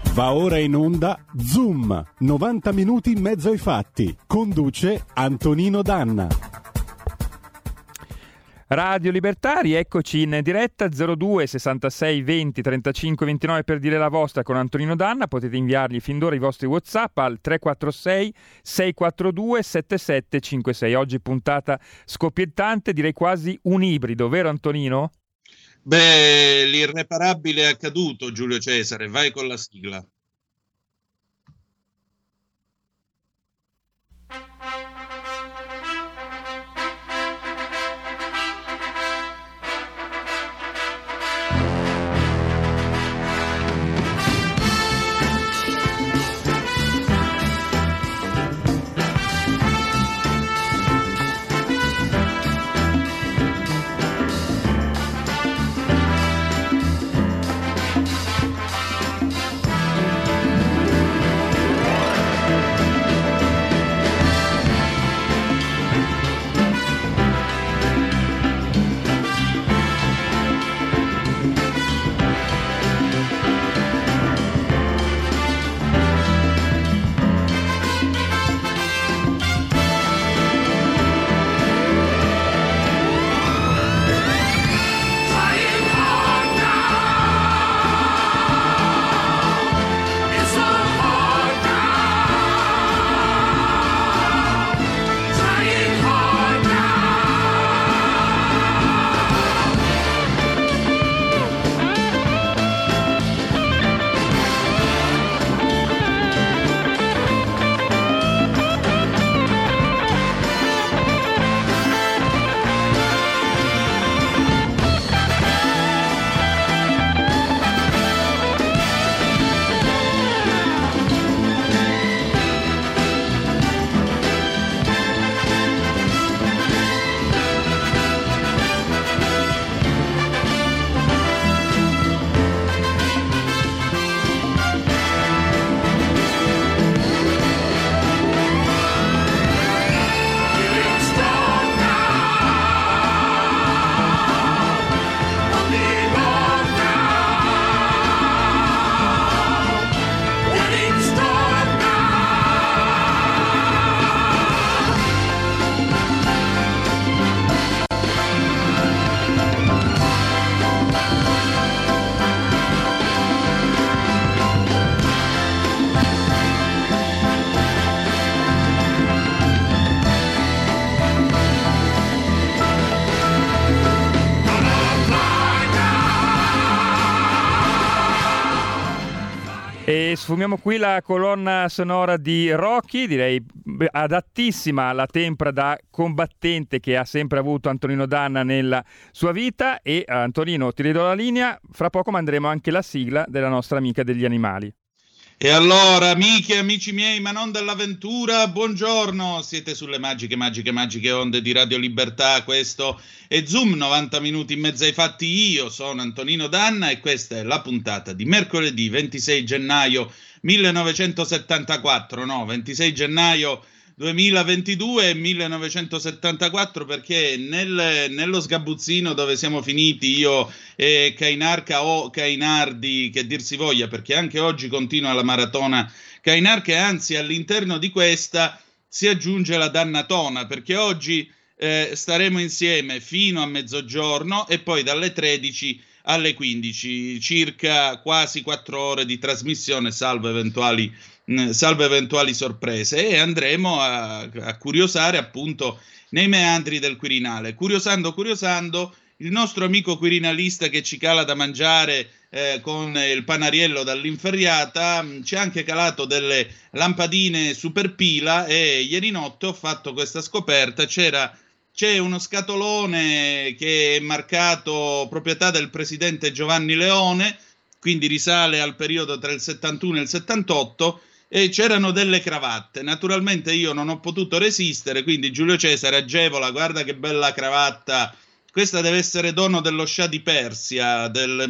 Va ora in onda Zoom, 90 minuti in mezzo ai fatti. Conduce Antonino Danna. Radio Libertari, eccoci in diretta 02 66 20 35 29 per dire la vostra con Antonino Danna. Potete inviargli fin d'ora i vostri WhatsApp al 346 642 7756. Oggi puntata scoppiettante, direi quasi un ibrido, vero Antonino? Beh, l'irreparabile è accaduto, Giulio Cesare, vai con la sigla. E sfumiamo qui la colonna sonora di Rocky, direi adattissima alla tempra da combattente che ha sempre avuto Antonino Danna nella sua vita. E Antonino, ti rido la linea, fra poco manderemo anche la sigla della nostra amica degli animali. E allora, amiche e amici miei, ma non dell'avventura, buongiorno, siete sulle magiche onde di Radio Libertà, questo è Zoom, 90 minuti in mezzo ai fatti, io sono Antonino Danna e questa è la puntata di mercoledì 26 gennaio 1974, no, 26 gennaio 2022 e 1974, perché nello sgabuzzino dove siamo finiti io e Cainarca o Cainardi, che dir si voglia, perché anche oggi continua la maratona Cainarca e anzi all'interno di questa si aggiunge la dannatona, perché oggi staremo insieme fino a mezzogiorno e poi dalle 13 alle 15, circa quasi 4 ore di trasmissione, salvo eventuali sorprese, e andremo a curiosare appunto nei meandri del Quirinale. Curiosando, il nostro amico quirinalista che ci cala da mangiare con il panariello dall'inferriata ci ha anche calato delle lampadine super pila, e ieri notte ho fatto questa scoperta: c'è uno scatolone che è marcato proprietà del presidente Giovanni Leone, quindi risale al periodo tra il 71 e il 78, e c'erano delle cravatte. Naturalmente io non ho potuto resistere, quindi Giulio Cesare agevola: guarda che bella cravatta, questa deve essere dono dello Shah di Persia del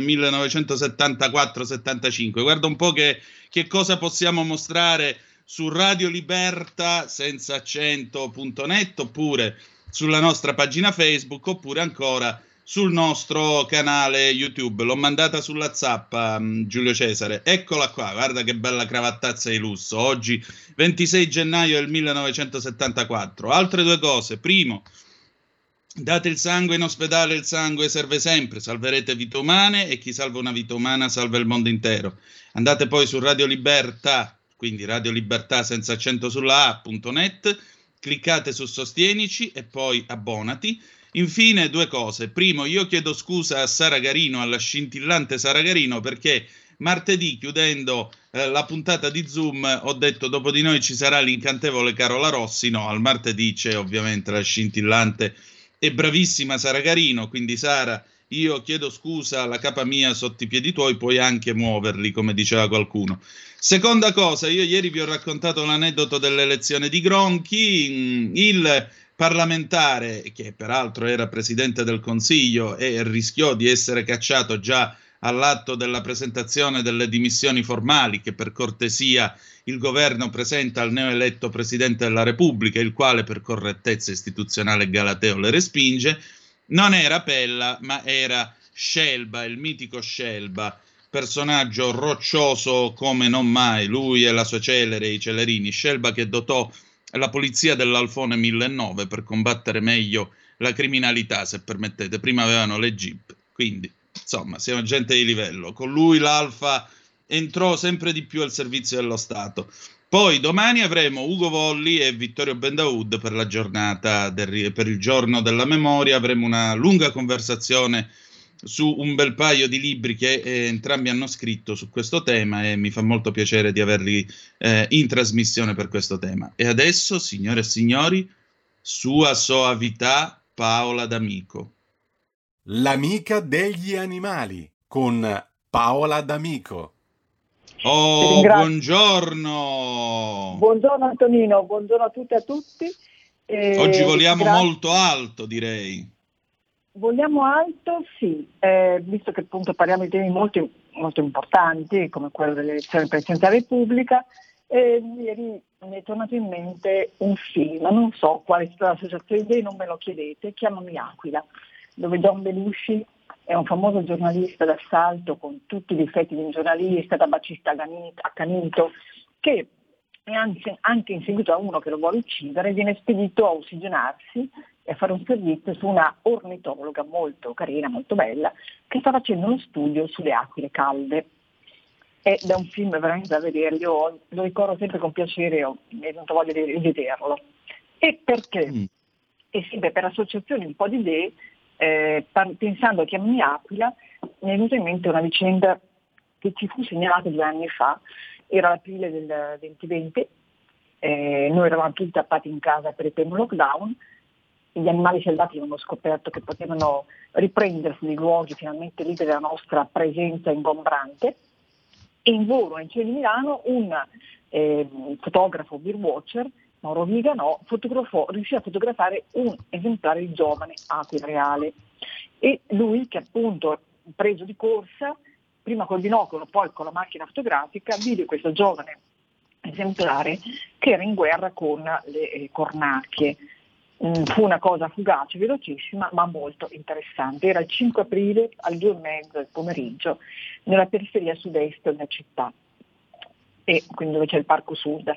1974-75. Guarda un po' che cosa possiamo mostrare su Radio Libertà senza accento.net, oppure sulla nostra pagina Facebook, oppure ancora sul nostro canale YouTube. L'ho mandata sulla zappa, Giulio Cesare. Eccola qua, guarda che bella cravattazza di lusso. Oggi 26 gennaio del 1974. Altre due cose. Primo, date il sangue in ospedale, il sangue serve sempre, salverete vite umane e chi salva una vita umana salva il mondo intero. Andate poi su Radio Libertà, quindi Radio Libertà senza accento sulla A.net, cliccate su Sostienici e poi abbonati. Infine due cose. Primo, io chiedo scusa a Sara Garino, alla scintillante Sara Garino, perché martedì, chiudendo la puntata di Zoom, ho detto dopo di noi ci sarà l'incantevole Carola Rossi. No, al martedì c'è ovviamente la scintillante e bravissima Sara Garino, quindi Sara, io chiedo scusa alla capa mia sotto i piedi tuoi, puoi anche muoverli, come diceva qualcuno. Seconda cosa, io ieri vi ho raccontato l'aneddoto dell'elezione di Gronchi, il parlamentare, che peraltro era presidente del Consiglio e rischiò di essere cacciato già all'atto della presentazione delle dimissioni formali che per cortesia il governo presenta al neoeletto Presidente della Repubblica, il quale per correttezza istituzionale e galateo le respinge. Non era Pella, ma era Scelba, il mitico Scelba, personaggio roccioso come non mai, lui e la sua celere, i celerini. Scelba che dotò la polizia dell'Alfone 1009 per combattere meglio la criminalità, se permettete. Prima avevano le jeep, quindi insomma siamo gente di livello. Con lui l'Alfa entrò sempre di più al servizio dello Stato. Poi domani avremo Ugo Volli e Vittorio Bendaud per la giornata per il giorno della memoria. Avremo una lunga conversazione su un bel paio di libri che entrambi hanno scritto su questo tema e mi fa molto piacere di averli in trasmissione per questo tema. E adesso, signore e signori, Sua Soavità Paola D'Amico. L'amica degli animali con Paola D'Amico. Oh, buongiorno! Buongiorno Antonino, buongiorno a tutti e a tutti. Oggi voliamo molto alto, direi. Vogliamo alto, sì, visto che appunto parliamo di temi molto, molto importanti, come quello dell'elezione presidenziale della Repubblica, ieri mi è tornato in mente un film, non so quale sia l'associazione idee, non me lo chiedete, Chiamami Aquila, dove John Belushi è un famoso giornalista d'assalto con tutti i difetti di un giornalista, tabacista accanito, che anche in seguito a uno che lo vuole uccidere viene spedito a ossigenarsi e a fare un servizio su una ornitologa molto carina, molto bella, che sta facendo uno studio sulle aquile calde. Ed è un film veramente da vedere, io lo ricordo sempre con piacere, mi è venuto voglia di rivederlo. E perché? E sempre per associazioni un po' di idee, pensando a Chiamami Aquila, mi è venuta in mente una vicenda che ci fu segnalata 2 anni fa, era l'aprile del 2020, noi eravamo tutti tappati in casa per il primo lockdown, gli animali selvatici avevano scoperto che potevano riprendersi dei luoghi finalmente liberi dalla nostra presenza ingombrante, e in volo in cielo di Milano un fotografo birdwatcher, Mauro Viganò, riuscì a fotografare un esemplare di giovane aquila reale, e lui, che appunto preso di corsa, prima col binocolo, poi con la macchina fotografica, vide questo giovane esemplare che era in guerra con le cornacchie. Fu una cosa fugace, velocissima, ma molto interessante. Era il 5 aprile alle 2:30 del pomeriggio, nella periferia sud-est della città, e quindi dove c'è il Parco Sud.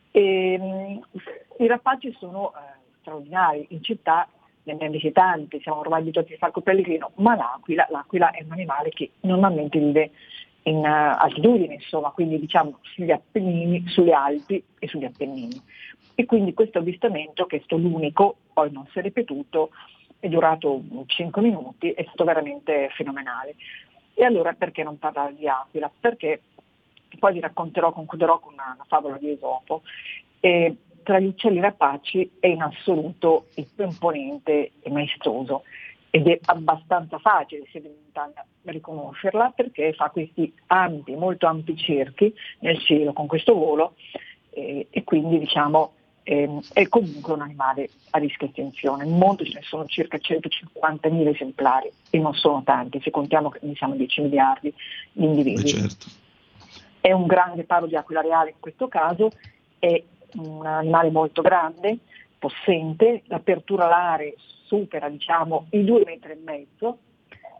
I rapaci sono straordinari. In città ne abbiamo visti tanti, siamo ormai abituati al Falco Pellegrino, ma l'aquila è un animale che normalmente vive in altitudine, insomma, quindi diciamo sugli Appennini, sulle Alpi e sugli Appennini. E quindi questo avvistamento, che è stato l'unico, poi non si è ripetuto, è durato 5 minuti, è stato veramente fenomenale. E allora perché non parlare di aquila? Perché poi vi concluderò con una favola di Esopo. Tra gli uccelli rapaci è in assoluto il più imponente e maestoso, ed è abbastanza facile se viene in montagna riconoscerla, perché fa questi molto ampi cerchi nel cielo con questo volo, e quindi diciamo è comunque un animale a rischio estinzione. Nel mondo ce ne sono circa 150.000 esemplari e non sono tanti, se contiamo che ne siamo 10 miliardi di individui. Certo. È un grande paro di aquila reale in questo caso, è un animale molto grande, possente, l'apertura alare supera diciamo i 2,5 metri,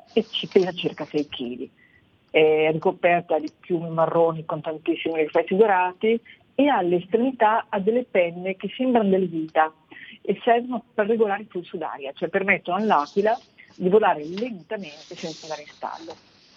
e ci pesa circa 6 kg. È ricoperta di piumi marroni con tantissimi riflessi dorati e all'estremità ha delle penne che sembrano delle dita e servono per regolare il flusso d'aria, cioè permettono all'aquila di volare lentamente senza andare in stallo.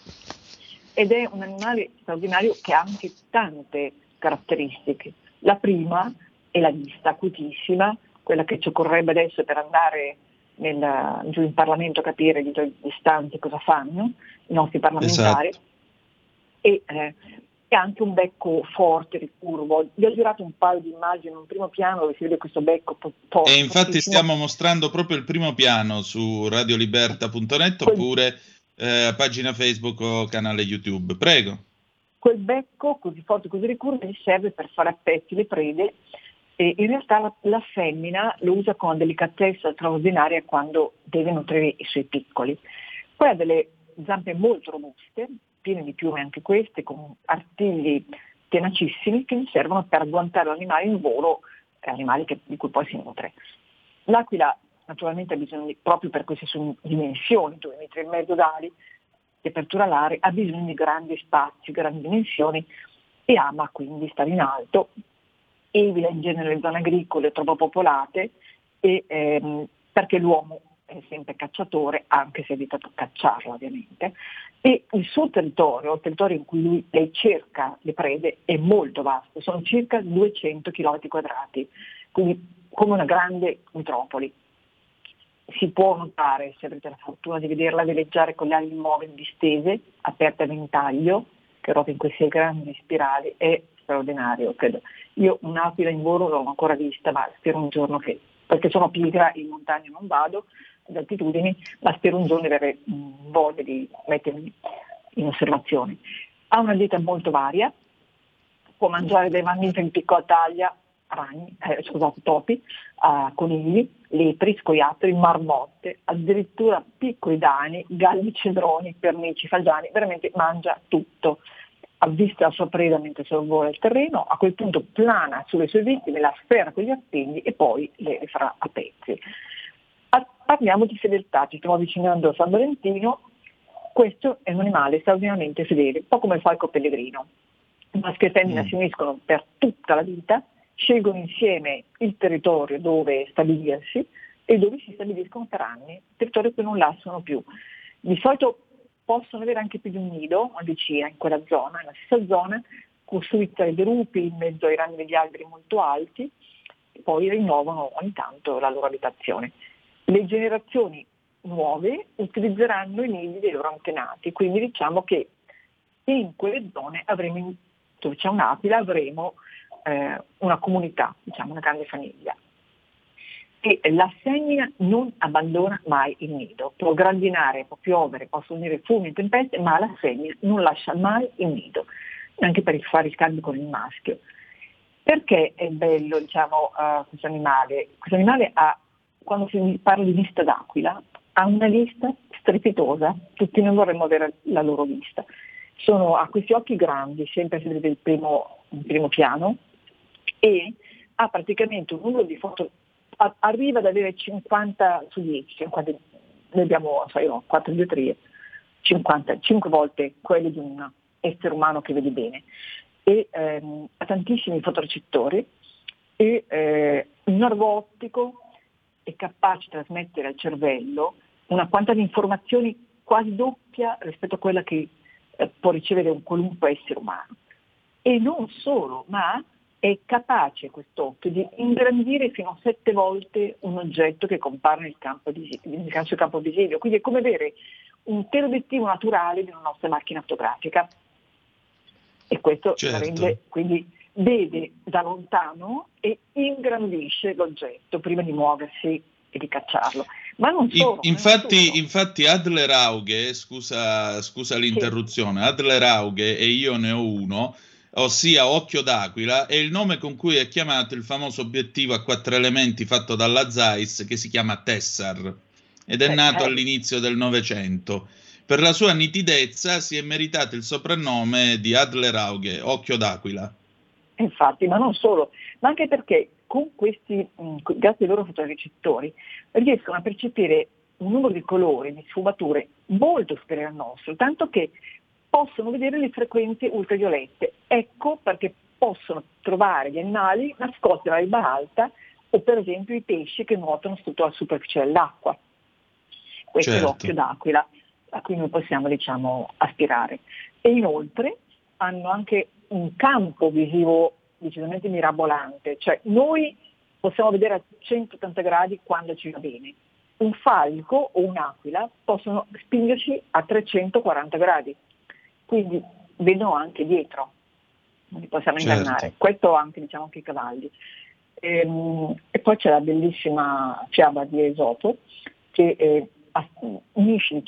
Ed è un animale straordinario che ha anche tante caratteristiche. La prima è la vista acutissima, quella che ci occorrerebbe adesso per andare giù in Parlamento a capire di distanze cosa fanno i nostri parlamentari. Esatto. E anche un becco forte, ricurvo. Vi ho girato un paio di immagini, un primo piano dove si vede questo becco forte. E infatti stiamo mostrando proprio il primo piano su radioliberta.net oppure pagina Facebook o canale YouTube. Prego. Quel becco così forte, così ricurvo, gli serve per fare a pezzi le prede e in realtà la femmina lo usa con una delicatezza straordinaria quando deve nutrire i suoi piccoli. Poi ha delle zampe molto robuste, piene di piume anche queste, con artigli tenacissimi che gli servono per agguantare l'animale in volo, animali di cui poi si nutre. L'aquila naturalmente ha bisogno, proprio per queste sue dimensioni, 2,5 metri d'ali, di apertura all'aria, ha bisogno di grandi spazi, grandi dimensioni e ama quindi stare in alto, evita in genere le zone agricole troppo popolate perché l'uomo è sempre cacciatore, anche se è vietato cacciarlo ovviamente, e il suo territorio, il territorio in cui lei cerca le prede, è molto vasto, sono circa 200 km quadrati, quindi come una grande metropoli. Si può notare, se avrete la fortuna di vederla veleggiare con le ali immobili distese, aperte a ventaglio, che ruota in queste grandi spirali, è straordinario, credo. Io un'aquila in volo non l'ho ancora vista, ma spero un giorno perché sono pigra, in montagna non vado, ad altitudini, ma spero un giorno di avere voglia di mettermi in osservazione. Ha una dieta molto varia, può mangiare dai mammiferi di piccola taglia, topi, conigli, lepri, scoiattoli, marmotte, addirittura piccoli dani, galli, cedroni, pernici, fagiani, veramente mangia tutto. Avvista la sua preda mentre sorvola il terreno, a quel punto plana sulle sue vittime, la sferra con gli appigli e poi le farà a pezzi. Parliamo di fedeltà, ci stiamo avvicinando a San Valentino. Questo è un animale straordinariamente fedele, un po' come il falco pellegrino. Maschio e femmina si uniscono per tutta la vita, scelgono insieme il territorio dove stabilirsi e dove si stabiliscono per anni, territorio che non lasciano più. Di solito possono avere anche più di un nido, una decina in quella zona, nella stessa zona, costruiti tra i derupi in mezzo ai rami degli alberi molto alti, e poi rinnovano ogni tanto la loro abitazione. Le generazioni nuove utilizzeranno i nidi dei loro antenati, quindi diciamo che in quelle zone dove c'è un'aquila avremo una comunità, diciamo una grande famiglia. E la femmina non abbandona mai il nido, può grandinare, può piovere, possono venire fumi e tempeste, ma la femmina non lascia mai il nido, anche per fare il cambio con il maschio. Perché è bello, questo animale? Questo animale quando si parla di vista d'aquila, ha una vista strepitosa, tutti noi vorremmo avere la loro vista. Ha questi occhi grandi, sempre si vede il primo piano, e ha praticamente un numero di foto, arriva ad avere 50 su 10, 50, noi abbiamo 4 dioptrie, 55 volte quelle di un essere umano che vede bene, e ha tantissimi fotorecettori e il nervo ottico è capace di trasmettere al cervello una quantità di informazioni quasi doppia rispetto a quella che può ricevere un qualunque essere umano. E non solo, ma è capace quest'occhio di ingrandire fino a 7 volte un oggetto che compare nel suo campo visivo. Quindi è come avere un teleobiettivo naturale di una nostra macchina fotografica. E questo la rende, quindi vede da lontano e ingrandisce l'oggetto prima di muoversi e di cacciarlo. Ma non solo. Infatti Adler Auge, scusa l'interruzione, sì. Adler Auge, e io ne ho uno, ossia Occhio d'Aquila, è il nome con cui è chiamato il famoso obiettivo a 4 elementi fatto dalla Zeiss che si chiama Tessar ed è nato all'inizio del Novecento. Per la sua nitidezza si è meritato il soprannome di Adler Auge, Occhio d'Aquila. Infatti, ma non solo, ma anche perché con questi, grazie ai loro fotorecettori, riescono a percepire un numero di colori, di sfumature molto superiore al nostro, tanto che possono vedere le frequenze ultraviolette. Ecco perché possono trovare gli animali nascosti nella riba alta, o per esempio i pesci che nuotano sotto la superficie dell'acqua. Questo è l'occhio d'aquila a cui noi possiamo, aspirare. E inoltre hanno anche un campo visivo decisamente mirabolante, cioè noi possiamo vedere a 180 gradi quando ci va bene. Un falco o un'aquila possono spingerci a 340 gradi, quindi vedono anche dietro, non li possiamo ingannare. Questo anche anche i cavalli. E poi c'è la bellissima fiaba di Esopo che unisce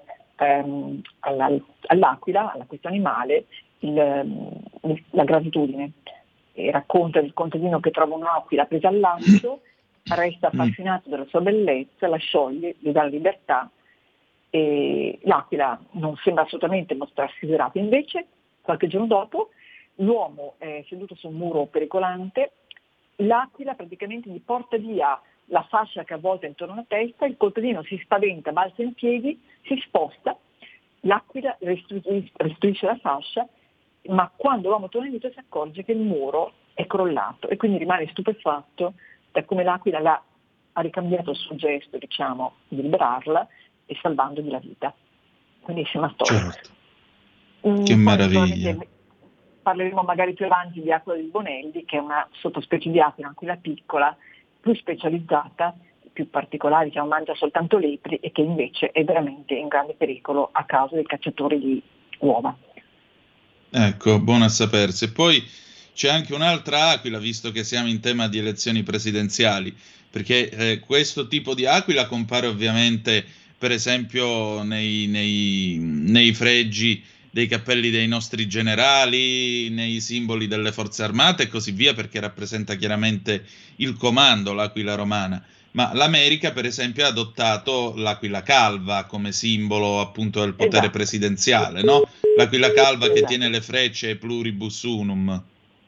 all'aquila, a questo animale, la gratitudine. E racconta del contadino che trova un'aquila presa al lancio, resta affascinato dalla sua bellezza, la scioglie, gli dà la libertà, e l'aquila non sembra assolutamente mostrarsi isolata. Invece qualche giorno dopo l'uomo è seduto su un muro pericolante, l'aquila praticamente gli porta via la fascia che avvolta intorno alla testa, il contadino si spaventa, balza in piedi, si sposta, l'aquila restituisce la fascia, ma quando l'uomo torna indietro si accorge che il muro è crollato e quindi rimane stupefatto da come l'aquila ha ricambiato il suo gesto, di liberarla e salvandogli la vita. Bellissima storia. Certo. Che meraviglia. Parleremo magari più avanti di aquila del Bonelli, che è una sottospecie di aquila piccola, più specializzata, più particolare, mangia soltanto lepri e che invece è veramente in grande pericolo a causa dei cacciatori di uova. Ecco, buono a sapersi. E poi c'è anche un'altra aquila, visto che siamo in tema di elezioni presidenziali, perché questo tipo di aquila compare ovviamente, per esempio, nei fregi dei cappelli dei nostri generali, nei simboli delle forze armate e così via, perché rappresenta chiaramente il comando, l'aquila romana. Ma l'America, per esempio, ha adottato l'aquila calva come simbolo appunto del potere presidenziale, no? L'aquila calva che tiene le frecce pluribus unum.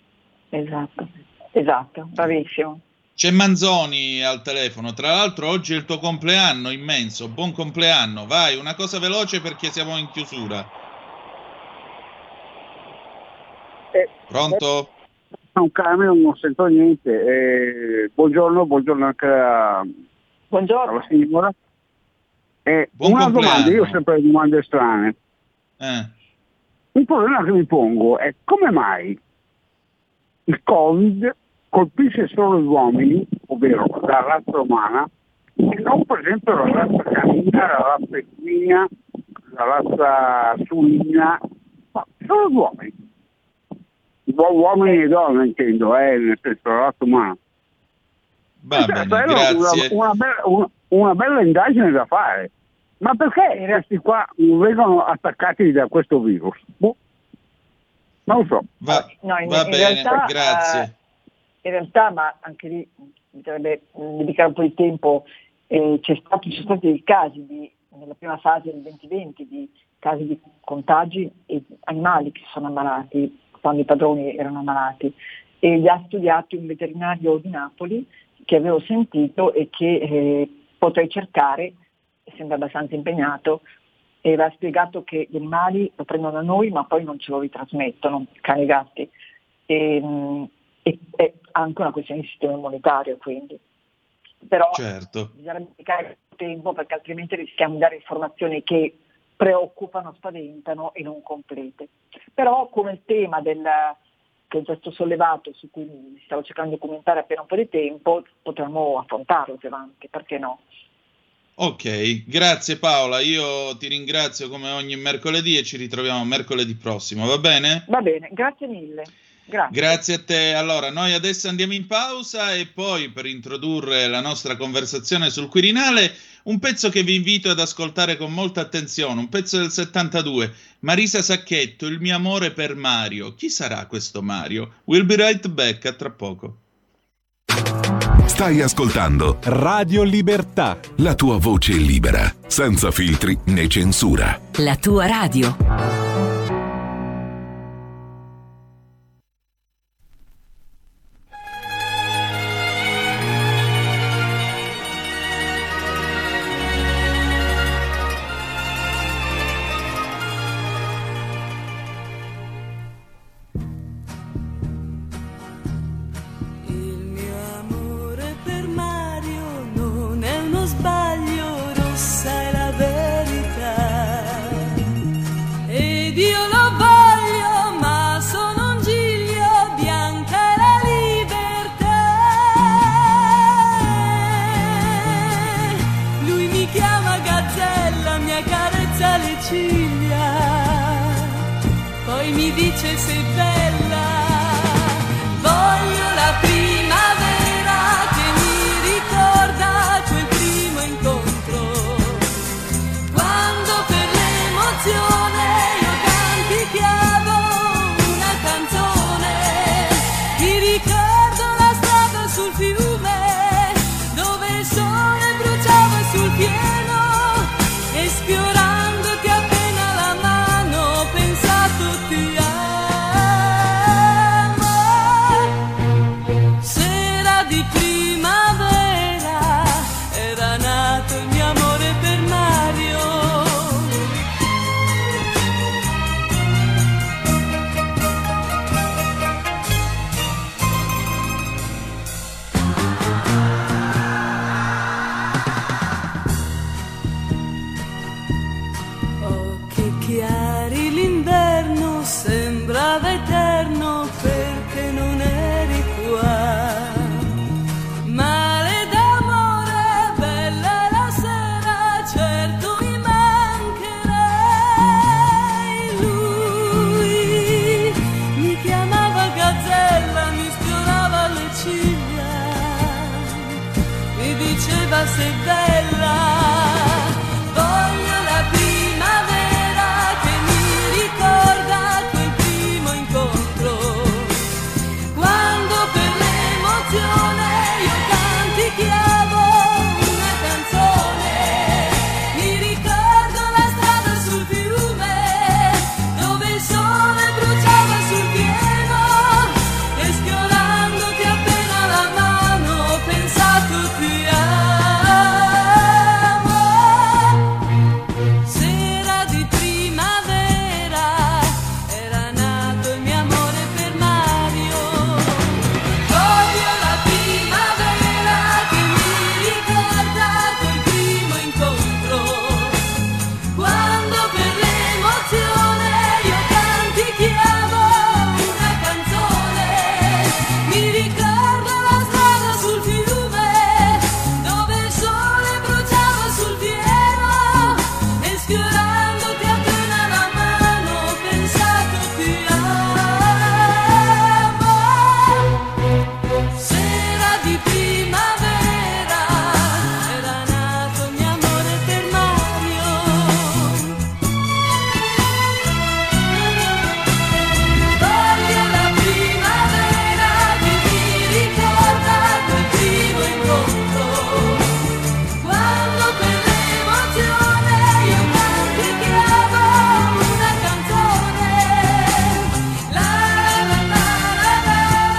Esatto, bravissimo. C'è Manzoni al telefono, tra l'altro oggi è il tuo compleanno immenso, buon compleanno, vai, una cosa veloce perché siamo in chiusura. Pronto? Un camion, non sento niente. Buongiorno anche alla signora. Una domanda, io ho sempre domande strane. Un problema che mi pongo è come mai il Covid colpisce solo gli uomini, ovvero la razza umana, e non per esempio la razza canina, la razza equina, la razza suina, ma solo gli uomini. Uomini e donne intendo, nel senso la razza umana. Va bene, grazie. Una bella indagine da fare. Ma perché questi qua non vengono attaccati da questo virus? Non lo so. Va bene, realtà, grazie. In realtà, ma anche lì bisognerebbe dedicare un po' di tempo, ci sono stati dei casi nella prima fase del 2020 di casi di contagi e animali che sono ammalati quando i padroni erano ammalati, e li ha studiati un veterinario di Napoli che avevo sentito e che potrei cercare, sembra abbastanza impegnato, e aveva spiegato che gli animali lo prendono da noi ma poi non ce lo ritrasmettono, cani e gatti, e è anche una questione di sistema immunitario, quindi. Però bisogna dedicare tempo, perché altrimenti rischiamo di dare informazioni che preoccupano, spaventano e non complete. Però come il tema che è già stato sollevato, su cui mi stavo cercando di commentare appena un po' di tempo, potremmo affrontarlo più avanti, perché no? Ok, grazie Paola, io ti ringrazio come ogni mercoledì e ci ritroviamo mercoledì prossimo, va bene? Va bene, grazie mille. Grazie a te. Allora, noi adesso andiamo in pausa e poi, per introdurre la nostra conversazione sul Quirinale, un pezzo che vi invito ad ascoltare con molta attenzione, un pezzo del 72, Marisa Sacchetto, Il mio amore per Mario. Chi sarà questo Mario? We'll be right back, a tra poco. Stai ascoltando Radio Libertà, la tua voce libera, senza filtri né censura. La tua radio. ciglia, poi mi dice sei bella, voglio la primavera che mi ricorda quel primo incontro, quando per l'emozione io canticchiavo una canzone, ti ricordo la strada sul fiume dove il sole bruciava sul pieno e sfiorandoti appena la mano ho pensato ti amo. Sera di primavera era nato il mio amore per Mario. Occhi chiari, l'inverno sembrava eterno perché non eri qua. Mare d'amore, bella la sera, certo mi mancherei. Lui mi chiamava gazzella, mi sfiorava le ciglia, mi diceva sei bella. Voglio la primavera che mi ricorda quel primo incontro, quando per l'emozione io canticchiavo una canzone, mi ricordo la strada sul fiume dove il sole bruciava sul pieno e sfiorandoti appena la mano ho pensato ti amo. Sera di primavera era nato il mio amore per Mario. Voglio la primavera che mi ricorda quel primo incontro, quando per l'emozione io canticchiavo una canzone, mi ricordo la strada sul fiume dove il sole bruciava sul pieno e sfiorandoti appena la mano ho pensato ti amo. Sera di primavera era nato il mio amore per Mario. Voglio la primavera che mi ricorda quel primo incontro, quando per l'emozione io canticchiavo una canzone. La la la la la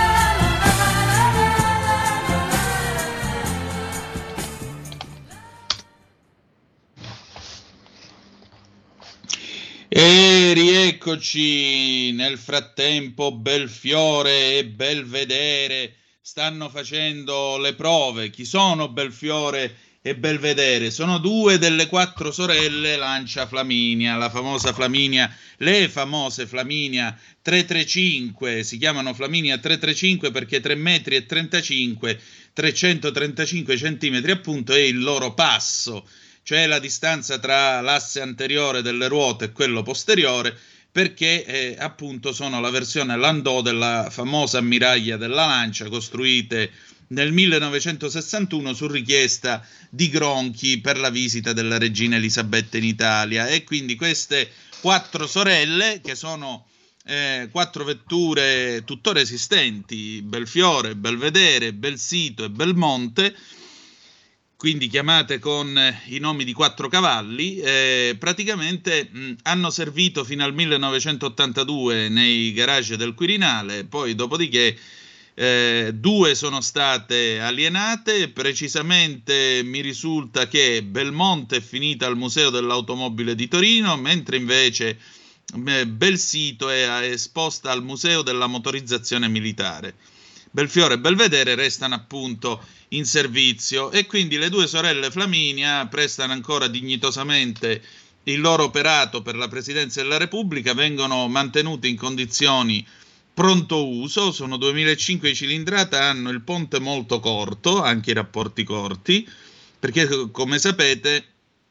E rieccoci. Nel frattempo Belfiore e Belvedere stanno facendo le prove. Chi sono Belfiore e Belvedere? Sono due delle 4 sorelle Lancia Flaminia, la famosa Flaminia, le famose Flaminia 335, si chiamano Flaminia 335 perché 3 metri e 35, 335 centimetri appunto è il loro passo, cioè la distanza tra l'asse anteriore delle ruote e quello posteriore, perché appunto sono la versione Landau della famosa ammiraglia della Lancia, costruite nel 1961 su richiesta di Gronchi per la visita della regina Elisabetta in Italia. E quindi queste 4 sorelle, che sono 4 vetture tuttora esistenti, Belfiore, Belvedere, Belsito e Belmonte, quindi chiamate con i nomi di 4 cavalli, praticamente hanno servito fino al 1982 nei garage del Quirinale, poi dopodiché 2 sono state alienate, precisamente mi risulta che Belmonte è finita al Museo dell'Automobile di Torino, mentre invece Belsito è esposta al Museo della Motorizzazione Militare. Belfiore e Belvedere restano appunto in servizio e quindi le 2 sorelle Flaminia prestano ancora dignitosamente il loro operato per la Presidenza della Repubblica, vengono mantenute in condizioni pronto uso, sono 2005 di cilindrata, hanno il ponte molto corto, anche i rapporti corti, perché come sapete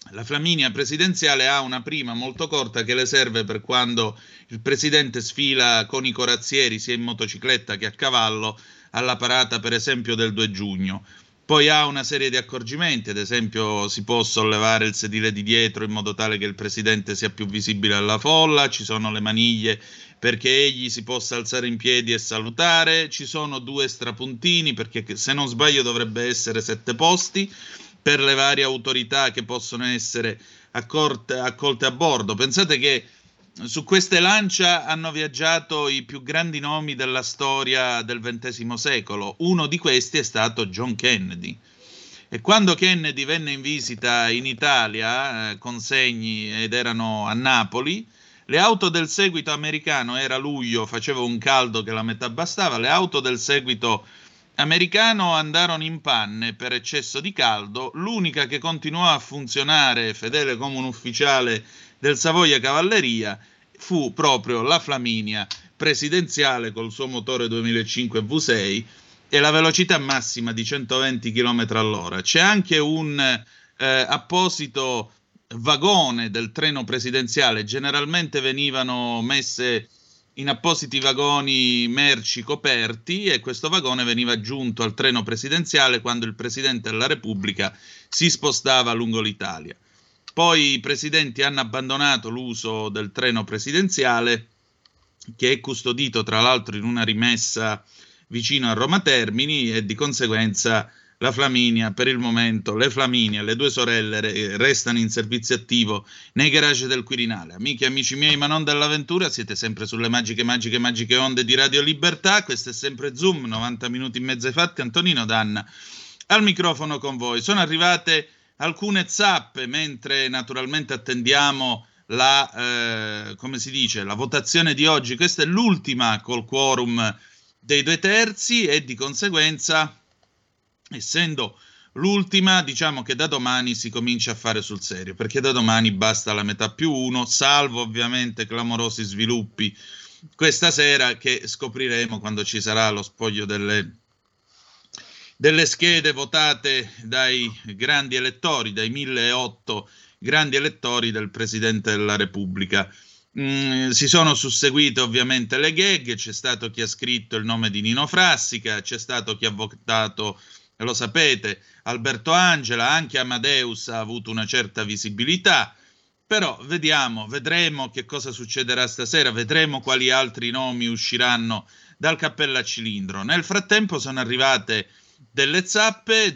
La Flaminia presidenziale ha una prima molto corta che le serve per quando il presidente sfila con i corazzieri sia in motocicletta che a cavallo alla parata per esempio del 2 giugno. Poi ha una serie di accorgimenti, ad esempio si può sollevare il sedile di dietro in modo tale che il presidente sia più visibile alla folla, ci sono le maniglie perché egli si possa alzare in piedi e salutare, ci sono 2 strapuntini perché se non sbaglio dovrebbe essere 7 posti per le varie autorità che possono essere accolte a bordo. Pensate che su queste lancia hanno viaggiato i più grandi nomi della storia del XX secolo. Uno di questi è stato John Kennedy. E quando Kennedy venne in visita in Italia, consegni ed erano a Napoli, le auto del seguito americano, era luglio, faceva un caldo che la metà bastava, le auto del seguito americano andarono in panne per eccesso di caldo, l'unica che continuò a funzionare fedele come un ufficiale del Savoia Cavalleria fu proprio la Flaminia presidenziale col suo motore 2005 V6 e la velocità massima di 120 km all'ora. C'è anche un apposito vagone del treno presidenziale, generalmente venivano messe in appositi vagoni merci coperti e questo vagone veniva aggiunto al treno presidenziale quando il Presidente della Repubblica si spostava lungo l'Italia. Poi i presidenti hanno abbandonato l'uso del treno presidenziale, che è custodito tra l'altro in una rimessa vicino a Roma Termini, e di conseguenza la Flaminia, per il momento, le Flaminia, le 2 sorelle, restano in servizio attivo nei garage del Quirinale. Amiche e amici miei, ma non dell'avventura, siete sempre sulle magiche onde di Radio Libertà. Questo è sempre Zoom, 90 minuti e mezzo ai fatti. Antonino Danna al microfono con voi. Sono arrivate alcune zappe, mentre naturalmente attendiamo la votazione di oggi. Questa è l'ultima col quorum dei 2/3 e di conseguenza, essendo l'ultima, diciamo che da domani si comincia a fare sul serio, perché da domani basta la metà più 1, salvo ovviamente clamorosi sviluppi questa sera che scopriremo quando ci sarà lo spoglio delle schede votate dai grandi elettori, dai 1008 grandi elettori del Presidente della Repubblica. Si sono susseguite ovviamente le gag, c'è stato chi ha scritto il nome di Nino Frassica, c'è stato chi ha votato, lo sapete, Alberto Angela, anche Amadeus ha avuto una certa visibilità, però vedremo che cosa succederà stasera, vedremo quali altri nomi usciranno dal cappello a cilindro. Nel frattempo sono arrivate delle zappe,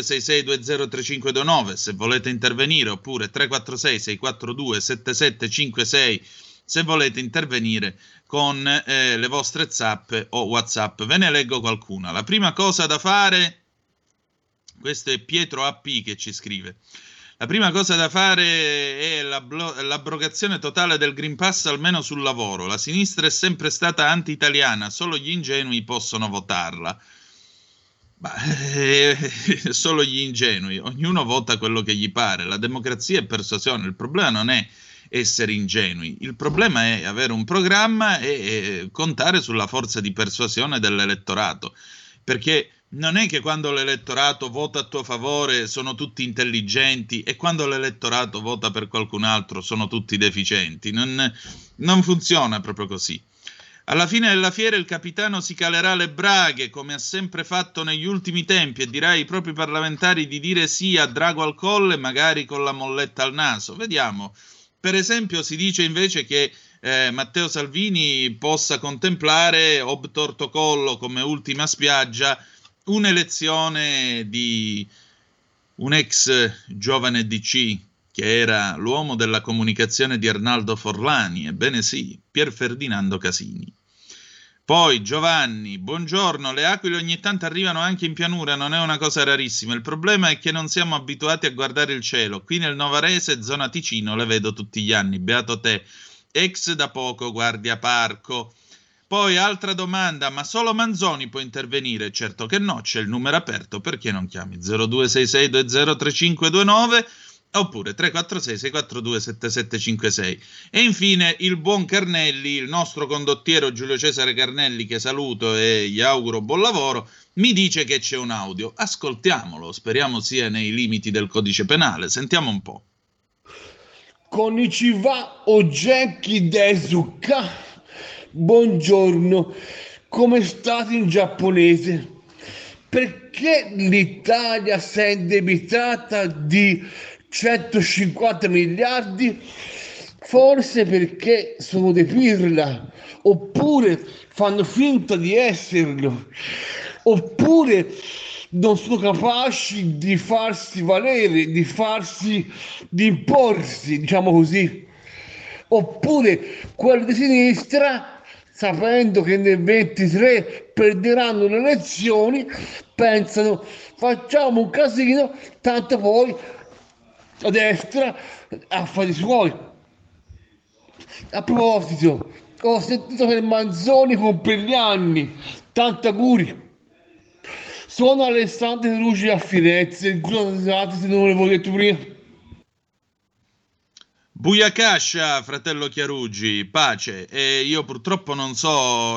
0266203529 se volete intervenire, oppure 346 642 7756 se volete intervenire con le vostre zappe o WhatsApp. Ve ne leggo qualcuna. La prima cosa da fare, questo è Pietro AP che ci scrive, la prima cosa da fare è l'abrogazione totale del Green Pass, almeno sul lavoro. La sinistra è sempre stata anti-italiana, solo gli ingenui possono votarla. Solo gli ingenui, ognuno vota quello che gli pare, la democrazia è persuasione, il problema non è essere ingenui, il problema è avere un programma e contare sulla forza di persuasione dell'elettorato, perché non è che quando l'elettorato vota a tuo favore sono tutti intelligenti e quando l'elettorato vota per qualcun altro sono tutti deficienti, non funziona proprio così. Alla fine della fiera il capitano si calerà le braghe, come ha sempre fatto negli ultimi tempi, e dirà ai propri parlamentari di dire sì a Drago al colle, magari con la molletta al naso. Vediamo. Per esempio si dice invece che Matteo Salvini possa contemplare ob torto collo come ultima spiaggia un'elezione di un ex giovane DC, che era l'uomo della comunicazione di Arnaldo Forlani, ebbene sì, Pier Ferdinando Casini. Poi Giovanni, buongiorno, le aquile ogni tanto arrivano anche in pianura, non è una cosa rarissima, il problema è che non siamo abituati a guardare il cielo, qui nel Novarese, zona Ticino, le vedo tutti gli anni, beato te, ex da poco guardia parco. Poi altra domanda, ma solo Manzoni può intervenire? Certo che no, c'è il numero aperto, perché non chiami 0266203529 oppure 346-642-7756. E infine il buon Carnelli, il nostro condottiero Giulio Cesare Carnelli, che saluto e gli auguro buon lavoro, mi dice che c'è un audio. Ascoltiamolo, speriamo sia nei limiti del codice penale. Sentiamo un po'. Konnichiwa Ogenki Desuka. Buongiorno, come state in giapponese? Perché l'Italia si è indebitata di 150 miliardi? Forse perché sono dei pirla, oppure fanno finta di esserlo, oppure non sono capaci di farsi valere, di imporsi, diciamo così. Oppure quelli di sinistra, sapendo che nel 23 perderanno le elezioni, pensano facciamo un casino, tanto poi a destra affari suoi. A proposito, ho sentito che Manzoni compie gli anni, tanti auguri. Sono Alessandro Rugi a Firenze, scusate se non l'avevo detto prima. Buyakasha, fratello Chiarugi, pace. E io purtroppo non so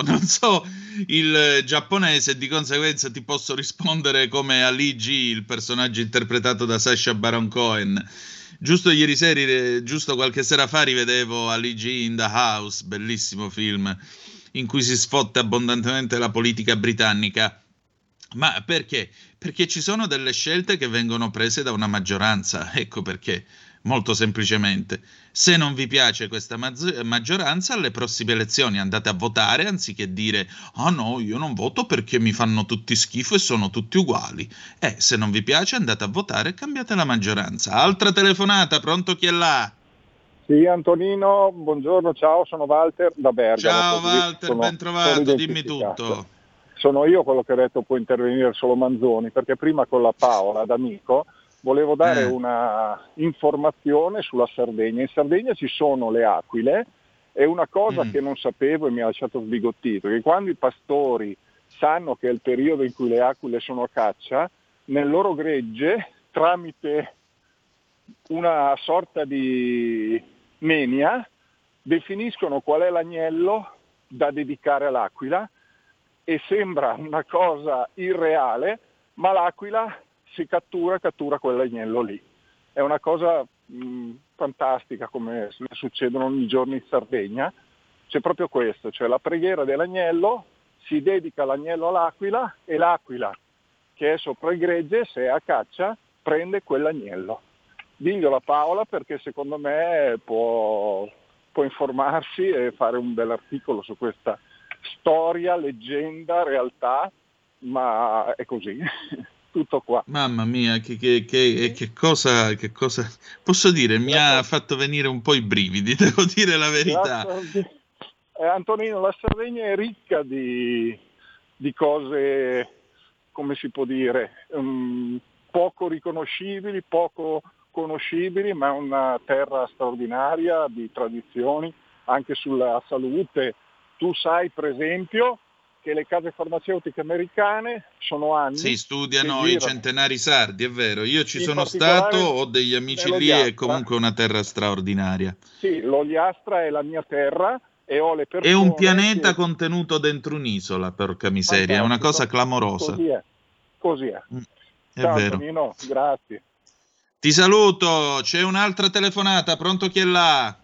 il giapponese, di conseguenza ti posso rispondere come Ali G, il personaggio interpretato da Sacha Baron Cohen. Giusto ieri sera, giusto qualche sera fa, rivedevo Ali G in the House, bellissimo film in cui si sfotta abbondantemente la politica britannica. Ma perché? Perché ci sono delle scelte che vengono prese da una maggioranza, ecco perché. Molto semplicemente, se non vi piace questa maggioranza, alle prossime elezioni andate a votare anziché dire «Ah no, io non voto perché mi fanno tutti schifo e sono tutti uguali». Se non vi piace andate a votare e cambiate la maggioranza. Altra telefonata, pronto, chi è là? Sì, Antonino, buongiorno, ciao, sono Walter da Bergamo. Ciao Walter, ben trovato, dimmi tutto. Sono io quello che ha detto può intervenire solo Manzoni, perché prima con la Paola, d'amico, volevo dare una informazione sulla Sardegna. In Sardegna ci sono le aquile e una cosa che non sapevo e mi ha lasciato sbigottito, che quando i pastori sanno che è il periodo in cui le aquile sono a caccia, nel loro gregge, tramite una sorta di menia, definiscono qual è l'agnello da dedicare all'aquila e sembra una cosa irreale, ma l'aquila si cattura quell'agnello lì. È una cosa fantastica, come succedono ogni giorno in Sardegna. C'è proprio questo, cioè la preghiera dell'agnello, si dedica l'agnello all'aquila e l'aquila che è sopra il gregge, se è a caccia, prende quell'agnello. Diglielo a Paola perché secondo me può informarsi e fare un bell'articolo su questa storia, leggenda, realtà, ma è così. Tutto qua. Mamma mia, che cosa posso dire? Mi ha fatto venire un po' i brividi, devo dire la verità. Antonino, la Sardegna è ricca di cose, come si può dire, poco riconoscibili, poco conoscibili, ma è una terra straordinaria di tradizioni, anche sulla salute. Tu sai, per esempio, che le case farmaceutiche americane sono anni... Sì, studiano i centenari sardi, è vero. Io ci sono stato, ho degli amici lì, è comunque una terra straordinaria. Sì, l'Ogliastra è la mia terra e ho le persone... È un pianeta contenuto dentro un'isola, porca miseria, è una cosa clamorosa. Così è. Ciao, vero. Antonino, grazie. Ti saluto, c'è un'altra telefonata, pronto, chi è là?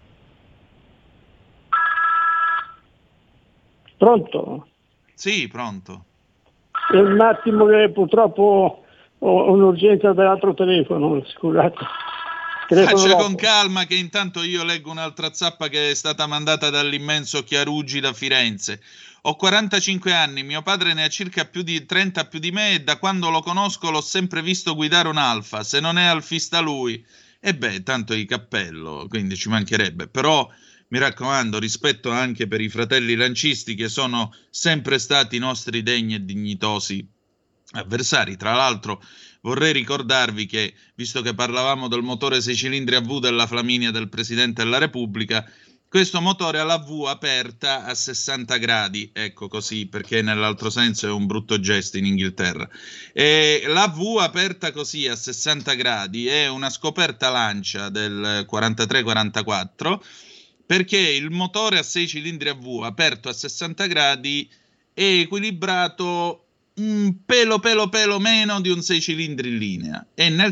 Pronto? Sì, pronto. Un attimo che purtroppo ho un'urgenza dall'altro telefono, scusate. Faccia con calma che intanto io leggo un'altra zappa che è stata mandata dall'immenso Chiarugi da Firenze. Ho 45 anni, mio padre ne ha circa più di 30 più di me e da quando lo conosco l'ho sempre visto guidare un Alfa, se non è alfista lui. E beh, tanto di cappello, quindi ci mancherebbe, però... Mi raccomando, rispetto anche per i fratelli lancisti che sono sempre stati nostri degni e dignitosi avversari. Tra l'altro vorrei ricordarvi che, visto che parlavamo del motore 6 cilindri a V della Flaminia del Presidente della Repubblica, questo motore ha la V aperta a 60 gradi, ecco così, perché nell'altro senso è un brutto gesto in Inghilterra. E la V aperta così a 60 gradi è una scoperta lancia del 43-44, perché il motore a 6 cilindri a V aperto a 60 gradi è equilibrato un pelo meno di un 6 cilindri in linea, e nel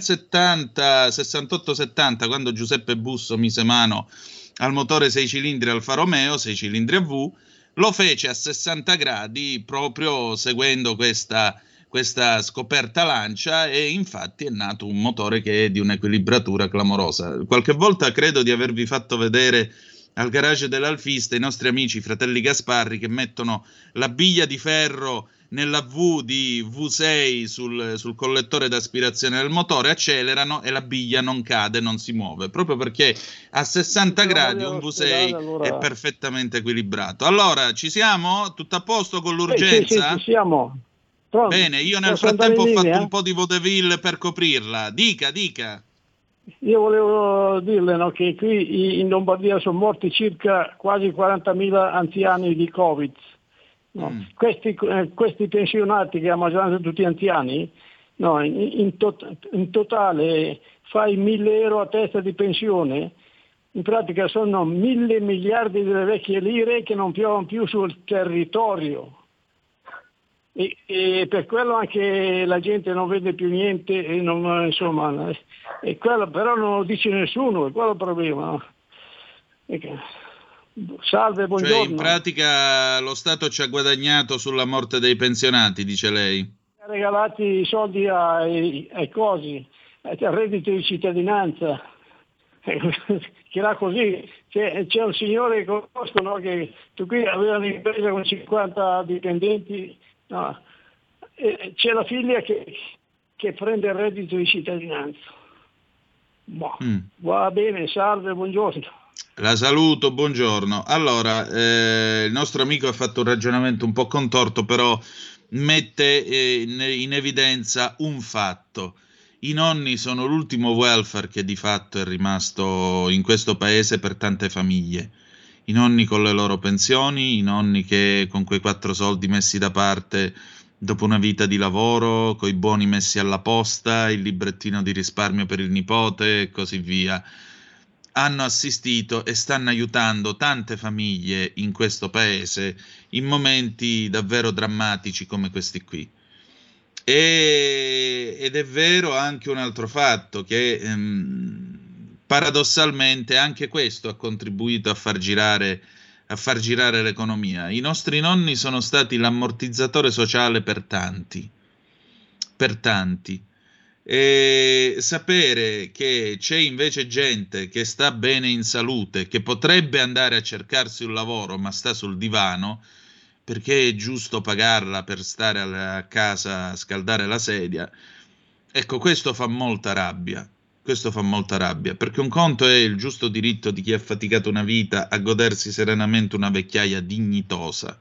68-70, quando Giuseppe Busso mise mano al motore 6 cilindri Alfa Romeo, 6 cilindri a V, lo fece a 60 gradi proprio seguendo questa scoperta lancia, e infatti è nato un motore che è di un'equilibratura clamorosa. Qualche volta credo di avervi fatto vedere al garage dell'Alfista i nostri amici fratelli Gasparri che mettono la biglia di ferro nella V di V6 sul collettore d'aspirazione del motore, accelerano e la biglia non cade, non si muove, proprio perché a 60 gradi un V6 è perfettamente equilibrato. Allora, ci siamo? Tutto a posto con l'urgenza? Sì, ci siamo. Pronto? Bene, io nel frattempo ho fatto un po' di vaudeville per coprirla. Dica. Io volevo dirle, no, che qui in Lombardia sono morti circa quasi 40.000 anziani di Covid. No? Questi pensionati, che la maggioranza tutti anziani, no, in totale fai 1.000 euro a testa di pensione, in pratica sono 1.000 miliardi delle vecchie lire che non piovono più sul territorio. E per quello anche la gente non vede più niente, e non, insomma, e quello però non lo dice nessuno, è quello il problema. No? Salve, buongiorno. Cioè, in pratica lo Stato ci ha guadagnato sulla morte dei pensionati, dice lei? Ha regalato i soldi ai cosi, al reddito di cittadinanza, che era così. C'è un signore che conosco, no, che qui aveva un'impresa con 50 dipendenti, no, e c'è la figlia che prende il reddito di cittadinanza. Va bene, salve, buongiorno. La saluto, buongiorno. Allora, il nostro amico ha fatto un ragionamento un po' contorto, però mette in evidenza un fatto. I nonni sono l'ultimo welfare che di fatto è rimasto in questo paese per tante famiglie. I nonni con le loro pensioni, i nonni che con quei 4 soldi messi da parte dopo una vita di lavoro, coi buoni messi alla posta, il librettino di risparmio per il nipote e così via, hanno assistito e stanno aiutando tante famiglie in questo paese in momenti davvero drammatici come questi qui. Ed è vero anche un altro fatto, che paradossalmente anche questo ha contribuito a far girare l'economia. I nostri nonni sono stati l'ammortizzatore sociale per tanti. E sapere che c'è invece gente che sta bene in salute, che potrebbe andare a cercarsi un lavoro ma sta sul divano perché è giusto pagarla per stare a casa a scaldare la sedia, ecco, questo fa molta rabbia. Perché un conto è il giusto diritto di chi ha faticato una vita a godersi serenamente una vecchiaia dignitosa,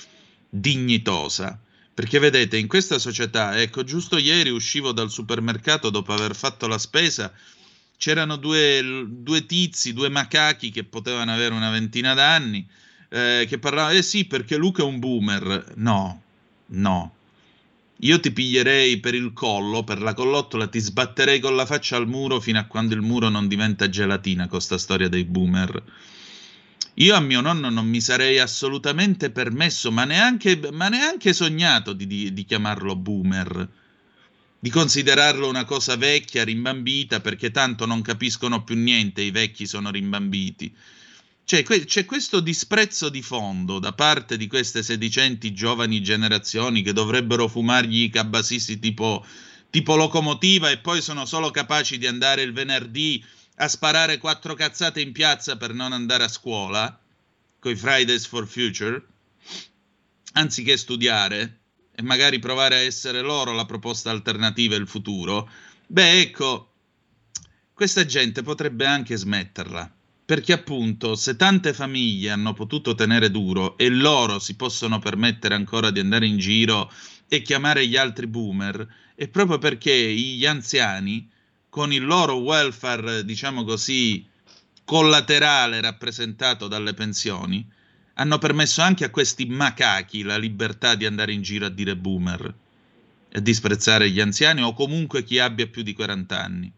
perché vedete, in questa società, ecco, giusto ieri uscivo dal supermercato dopo aver fatto la spesa, c'erano due tizi, 2 macachi che potevano avere una ventina d'anni, che parlavano, sì, perché Luca è un boomer. No, io ti piglierei per il collo, per la collottola, ti sbatterei con la faccia al muro fino a quando il muro non diventa gelatina con sta storia dei boomer. Io a mio nonno non mi sarei assolutamente permesso, ma neanche sognato di chiamarlo boomer, di considerarlo una cosa vecchia, rimbambita, perché tanto non capiscono più niente, i vecchi sono rimbambiti. Cioè, c'è questo disprezzo di fondo da parte di queste sedicenti giovani generazioni che dovrebbero fumargli i cabasisti tipo locomotiva, e poi sono solo capaci di andare il venerdì a sparare 4 cazzate in piazza per non andare a scuola, coi Fridays for Future, anziché studiare e magari provare a essere loro la proposta alternativa e il futuro. Beh, ecco, questa gente potrebbe anche smetterla. Perché appunto, se tante famiglie hanno potuto tenere duro e loro si possono permettere ancora di andare in giro e chiamare gli altri boomer, è proprio perché gli anziani, con il loro welfare, diciamo così, collaterale rappresentato dalle pensioni, hanno permesso anche a questi macachi la libertà di andare in giro a dire boomer e disprezzare gli anziani, o comunque chi abbia più di 40 anni.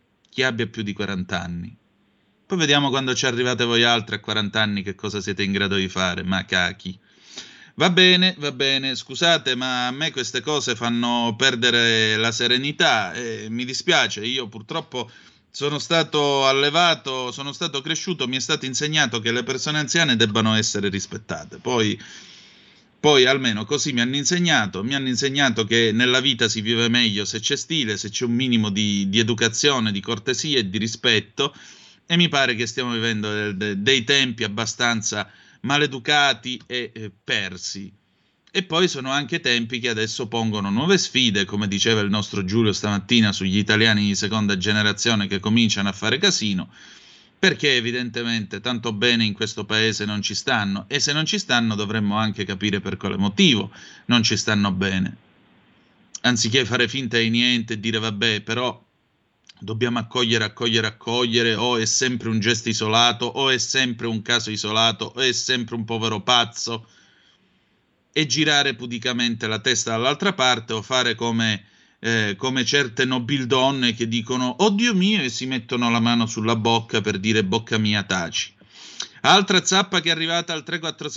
Poi vediamo quando ci arrivate voi altri a 40 anni che cosa siete in grado di fare, macachi. Va bene, scusate, ma a me queste cose fanno perdere la serenità e mi dispiace, io purtroppo sono stato allevato, sono stato cresciuto, mi è stato insegnato che le persone anziane debbano essere rispettate, poi almeno così mi hanno insegnato che nella vita si vive meglio se c'è stile, se c'è un minimo di educazione, di cortesia e di rispetto, e mi pare che stiamo vivendo dei tempi abbastanza maleducati e persi. E poi sono anche tempi che adesso pongono nuove sfide, come diceva il nostro Giulio stamattina, sugli italiani di seconda generazione che cominciano a fare casino, perché evidentemente tanto bene in questo paese non ci stanno, e se non ci stanno dovremmo anche capire per quale motivo non ci stanno bene, anziché fare finta di niente e dire vabbè, però dobbiamo accogliere, o è sempre un gesto isolato, o è sempre un caso isolato, o è sempre un povero pazzo, e girare pudicamente la testa dall'altra parte, o fare come certe nobildonne che dicono oddio mio e si mettono la mano sulla bocca per dire bocca mia taci. Altra zappa che è arrivata al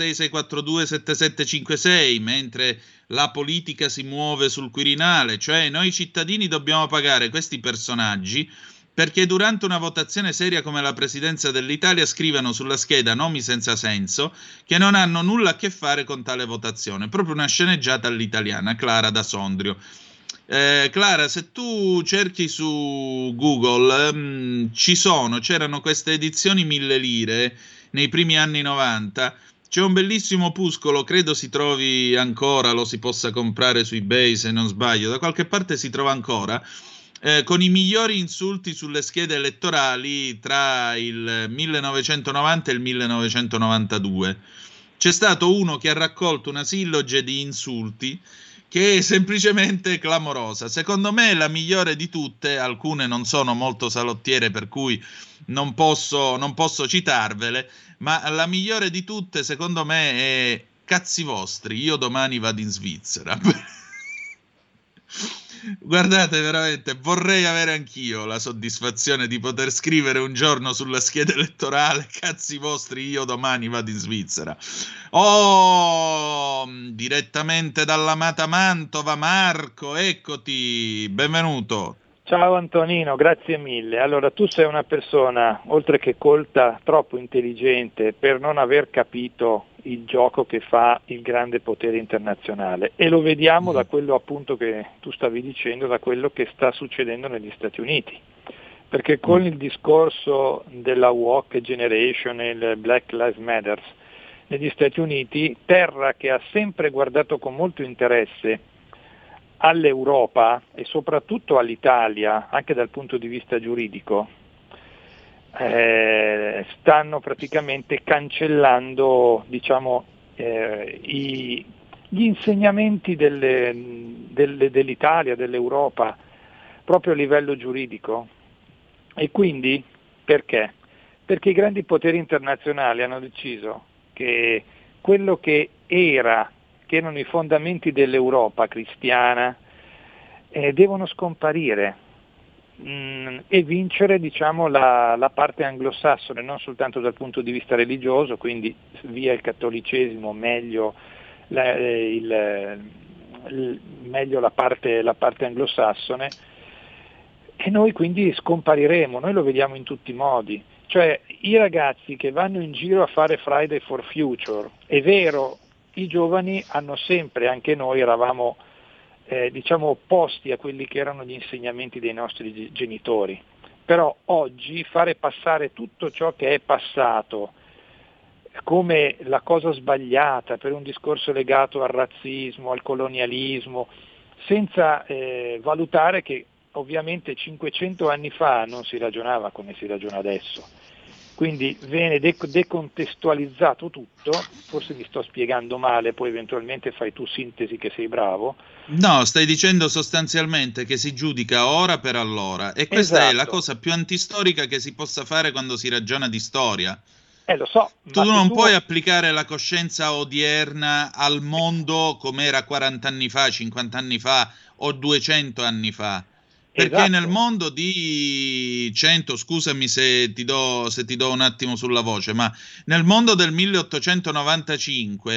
346-642-7756, mentre la politica si muove sul Quirinale, cioè noi cittadini dobbiamo pagare questi personaggi perché durante una votazione seria come la presidenza dell'Italia scrivano sulla scheda nomi senza senso che non hanno nulla a che fare con tale votazione, proprio una sceneggiata all'italiana. Clara da Sondrio. Clara, se tu cerchi su Google, c'erano queste edizioni 1000 lire nei primi anni 90, c'è un bellissimo opuscolo, credo si trovi ancora, lo si possa comprare su eBay se non sbaglio, da qualche parte si trova ancora, con i migliori insulti sulle schede elettorali tra il 1990 e il 1992. C'è stato uno che ha raccolto una silloge di insulti che è semplicemente clamorosa. Secondo me è la migliore di tutte, alcune non sono molto salottiere per cui non posso citarvele, ma la migliore di tutte secondo me è cazzi vostri, io domani vado in Svizzera. Guardate, veramente vorrei avere anch'io la soddisfazione di poter scrivere un giorno sulla scheda elettorale cazzi vostri, io domani vado in Svizzera. Direttamente dall'amata Mantova, Marco, eccoti, benvenuto. Ciao Antonino, grazie mille. Allora, tu sei una persona, oltre che colta, troppo intelligente per non aver capito il gioco che fa il grande potere internazionale, e lo vediamo da quello appunto che tu stavi dicendo, da quello che sta succedendo negli Stati Uniti, perché con il discorso della woke generation e il Black Lives Matter negli Stati Uniti, terra che ha sempre guardato con molto interesse all'Europa e soprattutto all'Italia, anche dal punto di vista giuridico, stanno praticamente cancellando, diciamo, gli insegnamenti dell'Italia, dell'Europa, proprio a livello giuridico. E quindi perché? Perché i grandi poteri internazionali hanno deciso che quello che erano i fondamenti dell'Europa cristiana devono scomparire e vincere, diciamo, la parte anglosassone, non soltanto dal punto di vista religioso, quindi via il cattolicesimo, meglio meglio la parte anglosassone, e noi quindi scompariremo. Noi lo vediamo in tutti i modi, cioè i ragazzi che vanno in giro a fare Friday for Future, è vero, i giovani hanno sempre, anche noi eravamo diciamo opposti a quelli che erano gli insegnamenti dei nostri genitori, però oggi fare passare tutto ciò che è passato come la cosa sbagliata per un discorso legato al razzismo, al colonialismo, senza valutare che ovviamente 500 anni fa non si ragionava come si ragiona adesso. Quindi viene decontestualizzato tutto, forse mi sto spiegando male, poi eventualmente fai tu sintesi che sei bravo. No, stai dicendo sostanzialmente che si giudica ora per allora, e questa è la cosa più antistorica che si possa fare quando si ragiona di storia. Lo so. Tu non puoi applicare la coscienza odierna al mondo come era 40 anni fa, 50 anni fa o 200 anni fa. Perché nel mondo di 100, scusami se ti do un attimo sulla voce, ma nel mondo del 1895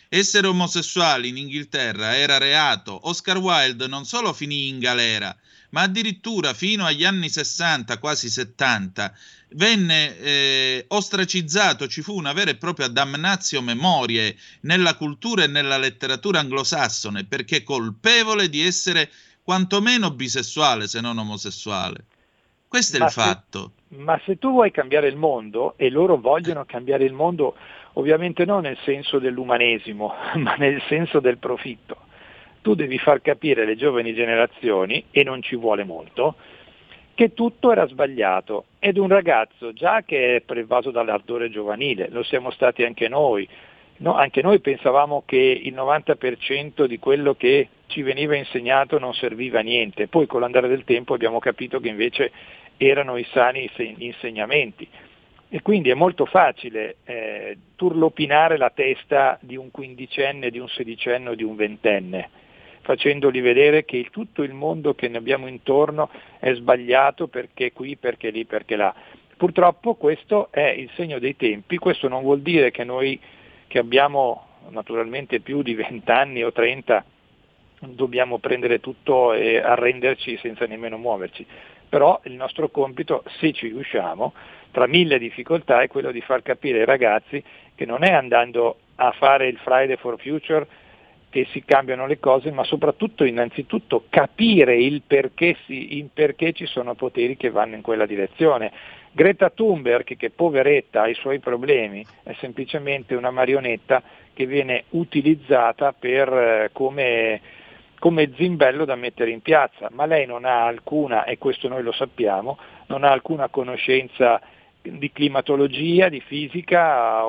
Essere omosessuali in Inghilterra era reato. Oscar Wilde non solo finì in galera, ma addirittura fino agli anni 60, quasi 70, venne ostracizzato, ci fu una vera e propria damnatio memoriae nella cultura e nella letteratura anglosassone, perché colpevole di essere quantomeno bisessuale, se non omosessuale. Questo è il fatto. Ma se tu vuoi cambiare il mondo, e loro vogliono cambiare il mondo, ovviamente non nel senso dell'umanesimo, ma nel senso del profitto, tu devi far capire alle giovani generazioni, e non ci vuole molto, che tutto era sbagliato. Ed un ragazzo già che è pervaso dall'ardore giovanile, lo siamo stati anche noi, no, anche noi pensavamo che il 90% di quello che ci veniva insegnato non serviva a niente, poi con l'andare del tempo abbiamo capito che invece erano i sani insegnamenti. E quindi è molto facile turlopinare la testa di un quindicenne, di un sedicenne o di un ventenne, facendogli vedere che tutto il mondo che ne abbiamo intorno è sbagliato perché qui, perché lì, perché là. Purtroppo questo è il segno dei tempi. Questo non vuol dire che noi, che abbiamo naturalmente più di 20 anni o 30, dobbiamo prendere tutto e arrenderci senza nemmeno muoverci. Però il nostro compito, se ci riusciamo, tra mille difficoltà, è quello di far capire ai ragazzi che non è andando a fare il Friday for Future che si cambiano le cose, ma soprattutto, innanzitutto, capire il perché ci sono poteri che vanno in quella direzione. Greta Thunberg, che poveretta ha i suoi problemi, è semplicemente una marionetta che viene utilizzata per come zimbello da mettere in piazza, ma lei non ha alcuna, e questo noi lo sappiamo, non ha alcuna conoscenza di climatologia, di fisica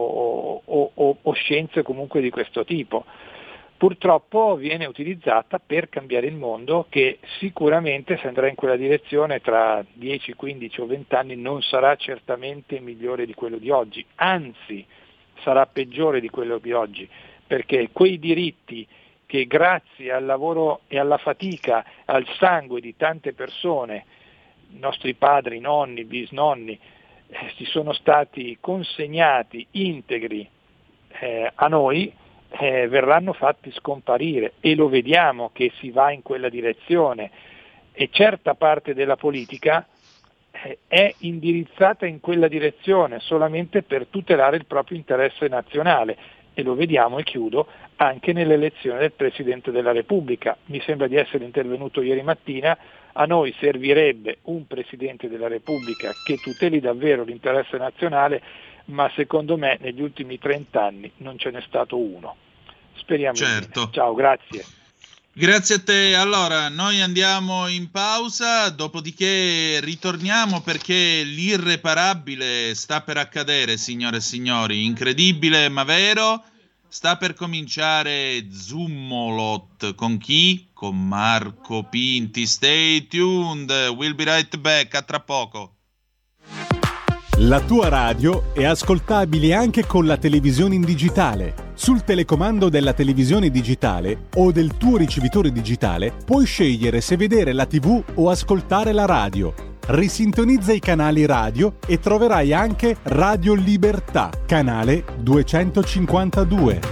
o scienze comunque di questo tipo. Purtroppo viene utilizzata per cambiare il mondo, che sicuramente, se andrà in quella direzione, tra 10, 15 o 20 anni non sarà certamente migliore di quello di oggi, anzi sarà peggiore di quello di oggi, perché quei diritti che grazie al lavoro e alla fatica, al sangue di tante persone, nostri padri, nonni, bisnonni, ci sono stati consegnati integri a noi, verranno fatti scomparire, e lo vediamo che si va in quella direzione, e certa parte della politica è indirizzata in quella direzione solamente per tutelare il proprio interesse nazionale, e lo vediamo, e chiudo, anche nell'elezione del Presidente della Repubblica. Mi sembra di essere intervenuto ieri mattina. A noi servirebbe un Presidente della Repubblica che tuteli davvero l'interesse nazionale, ma secondo me negli ultimi 30 anni non ce n'è stato uno. Speriamo. Certo. Bene. Ciao, grazie. Grazie a te. Allora, noi andiamo in pausa, dopodiché ritorniamo, perché l'irreparabile sta per accadere, signore e signori. Incredibile ma vero. Sta per cominciare Zoomolot. Con chi? Con Marco Pinti. Stay tuned. We'll be right back. A tra poco. La tua radio è ascoltabile anche con la televisione in digitale. Sul telecomando della televisione digitale o del tuo ricevitore digitale puoi scegliere se vedere la TV o ascoltare la radio. Risintonizza i canali radio e troverai anche Radio Libertà, canale 252.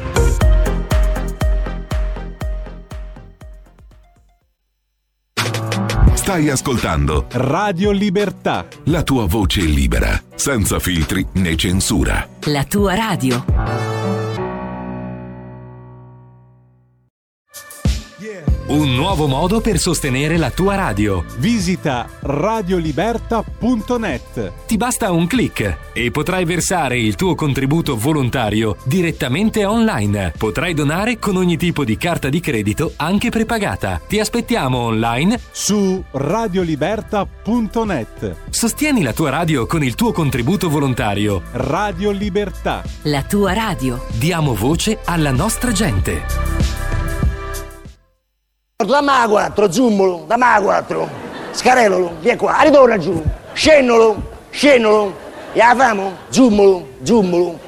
Stai ascoltando Radio Libertà, la tua voce libera, senza filtri né censura. La tua radio. Un nuovo modo per sostenere la tua radio. Visita radioliberta.net. Ti basta un click e potrai versare il tuo contributo volontario direttamente online. Potrai donare con ogni tipo di carta di credito, anche prepagata. Ti aspettiamo online su radioliberta.net. Sostieni la tua radio con il tuo contributo volontario. Radio Libertà. La tua radio. Diamo voce alla nostra gente. Dammi a 4, zummolo, dammi a 4, scarellolo, via qua, ritorna giù, scendolo, e la famo, zummolo.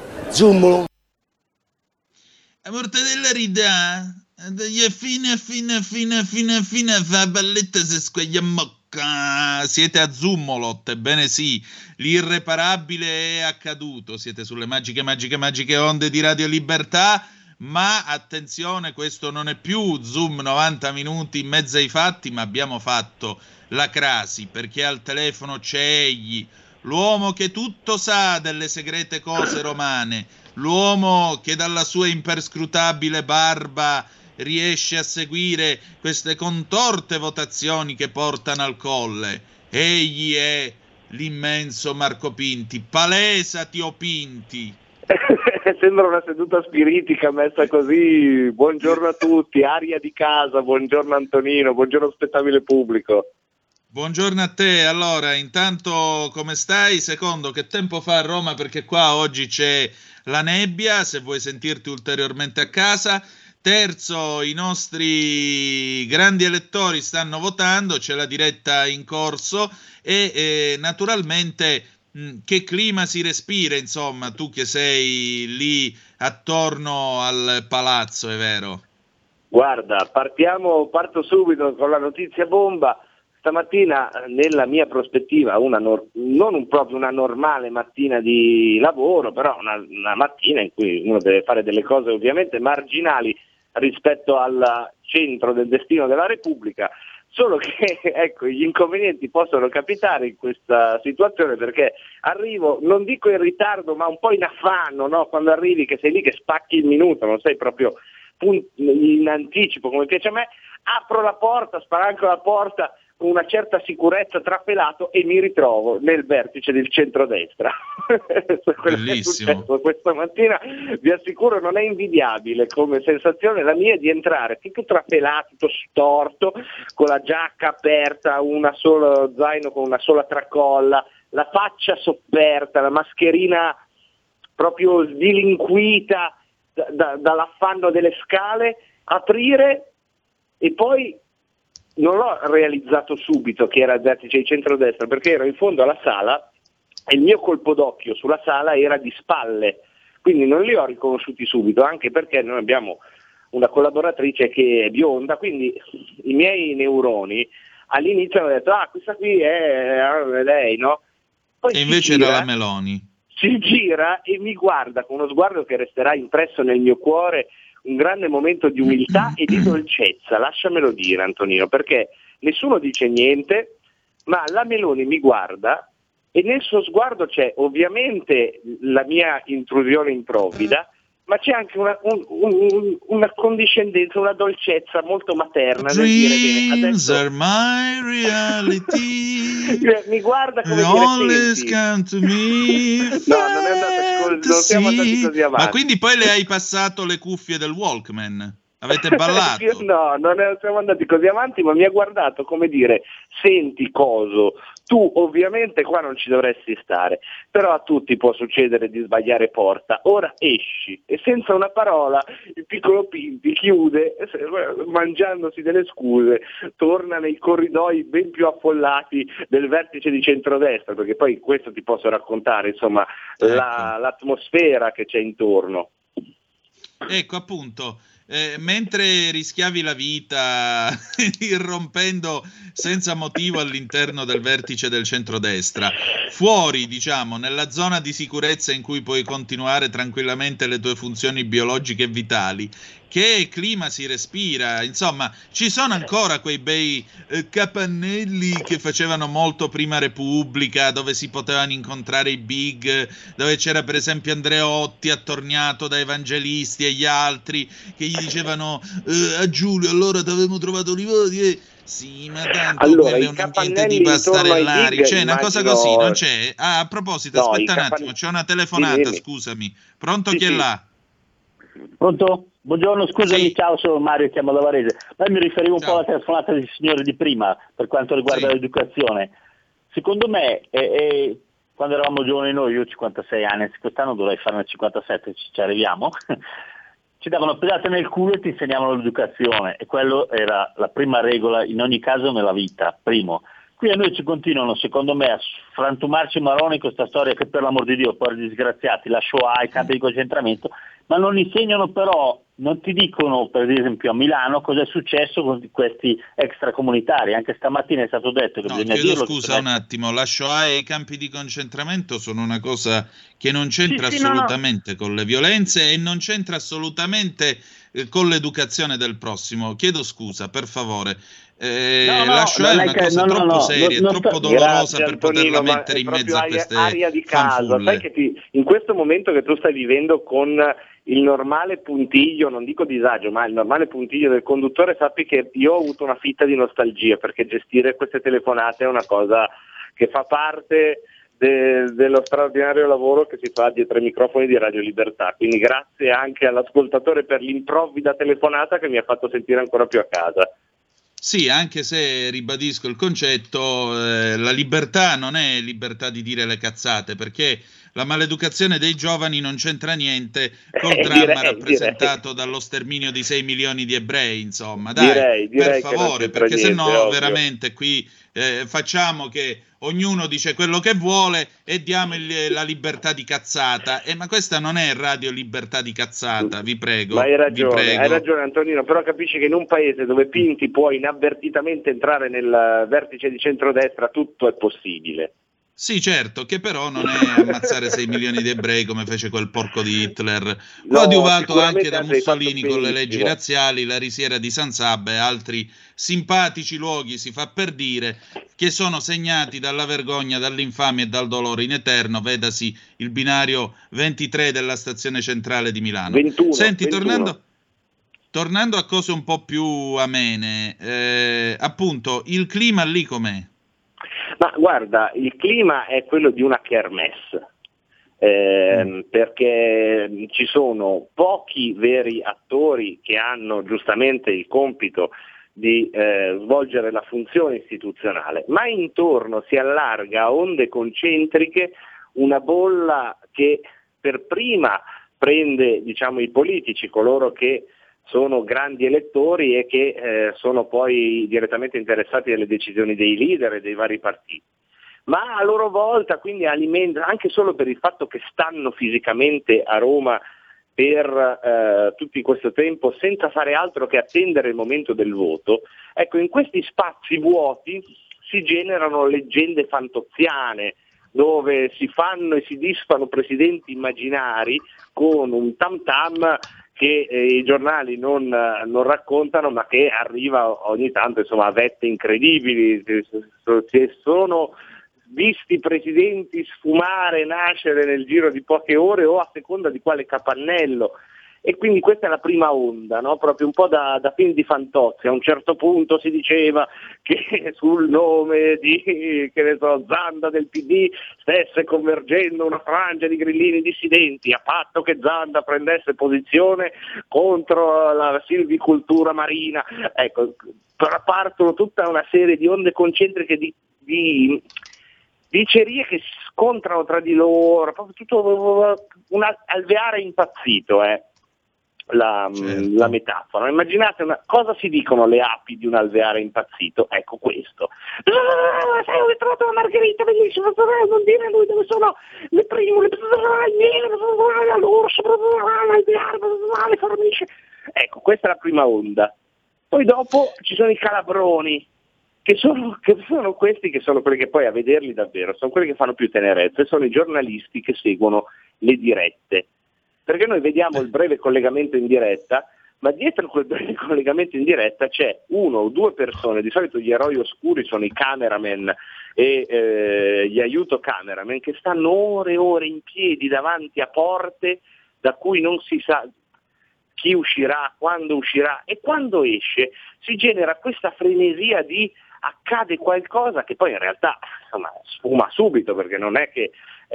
La mortadella ridà, fine, fa balletta se squaglia mocca. Siete a Zoomolot, ebbene sì, l'irreparabile è accaduto, siete sulle magiche onde di Radio Libertà. ma attenzione, questo non è più Zoom 90 minuti in mezzo ai fatti, ma abbiamo fatto la crasi, perché al telefono c'è egli, l'uomo che tutto sa delle segrete cose romane, l'uomo che dalla sua imperscrutabile barba riesce a seguire queste contorte votazioni che portano al colle. Egli è l'immenso Marco Pinti. Palesati, o Pinti! Sembra una seduta spiritica messa così. Buongiorno a tutti, aria di casa, buongiorno Antonino, buongiorno spettabile pubblico. Buongiorno a te. Allora, intanto come stai? Secondo, che tempo fa a Roma? Perché qua oggi c'è la nebbia, se vuoi sentirti ulteriormente a casa. Terzo, i nostri grandi elettori stanno votando, c'è la diretta in corso e naturalmente che clima si respira, insomma, tu che sei lì attorno al palazzo, è vero? Guarda, parto subito con la notizia bomba. Stamattina, nella mia prospettiva, non proprio una normale mattina di lavoro, però una mattina in cui uno deve fare delle cose ovviamente marginali rispetto al centro del destino della Repubblica, solo che ecco, gli inconvenienti possono capitare in questa situazione, perché arrivo, non dico in ritardo, ma un po' in affanno, no? Quando arrivi che sei lì che spacchi il minuto, non sei proprio in anticipo come piace a me, apro la porta, spalanco la porta con una certa sicurezza, trapelato, e mi ritrovo nel vertice del centrodestra. Quello che è successo questa mattina, vi assicuro, non è invidiabile come sensazione la mia, di entrare tutto trapelato, tutto storto, con la giacca aperta, una sola zaino con una sola tracolla, la faccia sofferta, la mascherina proprio sbilinquita dall'affanno delle scale, aprire, e poi non l'ho realizzato subito che era il vertice di centrodestra, perché ero in fondo alla sala e il mio colpo d'occhio sulla sala era di spalle, quindi non li ho riconosciuti subito, anche perché noi abbiamo una collaboratrice che è bionda, quindi i miei neuroni all'inizio hanno detto questa qui è lei, no? Poi e invece era la Meloni. Si gira e mi guarda con uno sguardo che resterà impresso nel mio cuore, un grande momento di umiltà e di dolcezza, lasciamelo dire Antonino, perché nessuno dice niente, ma la Meloni mi guarda e nel suo sguardo c'è ovviamente la mia intrusione improvvida, ma c'è anche una condiscendenza, una dolcezza molto materna nel dire bene, adesso are my reality. Mi guarda come dire, senti. Come to me. No, non siamo andati così avanti. Ma quindi poi le hai passato le cuffie del Walkman? Avete ballato? No, non siamo andati così avanti, ma mi ha guardato come dire, senti coso, tu ovviamente qua non ci dovresti stare, però a tutti può succedere di sbagliare porta, ora esci. E senza una parola il piccolo Pinti chiude, mangiandosi delle scuse, torna nei corridoi ben più affollati del vertice di centrodestra, perché poi questo ti posso raccontare, insomma, l'atmosfera che c'è intorno. Ecco, appunto. Mentre rischiavi la vita irrompendo senza motivo all'interno del vertice del centrodestra, fuori, diciamo, nella zona di sicurezza in cui puoi continuare tranquillamente le tue funzioni biologiche e vitali, che clima si respira? Insomma, ci sono ancora quei bei capannelli che facevano molto prima Repubblica, dove si potevano incontrare i big, dove c'era per esempio Andreotti attorniato da evangelisti e gli altri che gli dicevano a Giulio, allora ti avevamo trovato i voti sì, ma tanto allora, quello è un ambiente di pastarellari, c'è una cosa così, non c'è? A proposito, no, aspetta un attimo, c'è una telefonata, scusami. Pronto, chi è là? Pronto? Buongiorno, scusami, sì. Ciao, sono Mario, chiamo da Varese. Ma mi riferivo un po' alla telefonata del signore di prima per quanto riguarda l'educazione. Secondo me, quando eravamo giovani noi, io ho 56 anni, quest'anno dovrei farne 57, ci arriviamo, ci davano pedate nel culo e ti insegnavano l'educazione, e quello era la prima regola in ogni caso nella vita, primo. Qui a noi ci continuano, secondo me, a frantumarci i maroni con questa storia che, per l'amor di Dio, poi disgraziati, la Shoah, i campi di concentramento, ma non insegnano però non ti dicono, per esempio a Milano, cosa è successo con questi extracomunitari. Anche stamattina è stato detto che bisogna dirlo. Scusa un attimo, la Shoah e i campi di concentramento sono una cosa che non c'entra assolutamente con le violenze e non c'entra assolutamente con l'educazione del prossimo. Chiedo scusa, per favore. La Shoah è una cosa troppo seria, troppo dolorosa per poterla mettere in mezzo a queste aria di casa. fanfulle. Sai che in questo momento che tu stai vivendo con il normale puntiglio, non dico disagio, ma il normale puntiglio del conduttore, sappi che io ho avuto una fitta di nostalgia, perché gestire queste telefonate è una cosa che fa parte dello straordinario lavoro che si fa dietro ai microfoni di Radio Libertà. Quindi grazie anche all'ascoltatore per l'improvvida telefonata che mi ha fatto sentire ancora più a casa. Sì, anche se ribadisco il concetto, la libertà non è libertà di dire le cazzate, perché la maleducazione dei giovani non c'entra niente col dramma rappresentato dallo sterminio di 6 milioni di ebrei, insomma. Dai, per favore, perché sennò veramente qui facciamo che ognuno dice quello che vuole e diamo la libertà di cazzata. Ma questa non è Radio Libertà di cazzata, vi prego. Ma hai ragione Antonino, però capisci che in un paese dove Pinti può inavvertitamente entrare nel vertice di centrodestra tutto è possibile. Sì, certo, che però non è ammazzare 6 milioni di ebrei come fece quel porco di Hitler, coadiuvato anche da Mussolini con le leggi razziali, la risiera di San Sabba e altri simpatici luoghi, si fa per dire, che sono segnati dalla vergogna, dall'infamia e dal dolore in eterno, vedasi il binario 23 della stazione centrale di Milano. 21, Senti, 21. Tornando a cose un po' più amene, appunto, il clima lì com'è? Ma guarda, il clima è quello di una kermesse, perché ci sono pochi veri attori che hanno giustamente il compito di svolgere la funzione istituzionale, ma intorno si allarga a onde concentriche una bolla che per prima prende, diciamo, i politici, coloro che sono grandi elettori e che sono poi direttamente interessati alle decisioni dei leader e dei vari partiti, ma a loro volta quindi alimenta, anche solo per il fatto che stanno fisicamente a Roma per tutto questo tempo senza fare altro che attendere il momento del voto, ecco, in questi spazi vuoti si generano leggende fantoziane, dove si fanno e si disfano presidenti immaginari con un tam tam che i giornali non raccontano, ma che arriva ogni tanto, insomma, a vette incredibili. Si sono visti presidenti sfumare, nascere nel giro di poche ore o a seconda di quale capannello. E quindi questa è la prima onda, no? Proprio un po' da film di Fantozzi. A un certo punto si diceva che sul nome di, che ne so, Zanda del PD stesse convergendo una frangia di grillini dissidenti, a patto che Zanda prendesse posizione contro la silvicoltura marina. Ecco, partono tutta una serie di onde concentriche di dicerie che si scontrano tra di loro, proprio tutto un alveare impazzito, la metafora. Immaginate cosa si dicono le api di un alveare impazzito? Ecco questo. Sai, ho trovato la margherita bellissima, non dire a lui dove sono le primule, il miele, l'orso, l'alveare, le formiche. Ecco, questa è la prima onda. Poi dopo ci sono i calabroni, che sono questi, che sono quelli che poi a vederli davvero, sono quelli che fanno più tenerezza, e sono i giornalisti che seguono le dirette. Perché noi vediamo il breve collegamento in diretta, ma dietro quel breve collegamento in diretta c'è uno o due persone, di solito gli eroi oscuri sono i cameraman e gli aiuto cameraman, che stanno ore e ore in piedi davanti a porte da cui non si sa chi uscirà, quando uscirà, e quando esce si genera questa frenesia di accade qualcosa che poi in realtà, insomma, sfuma subito, perché non è che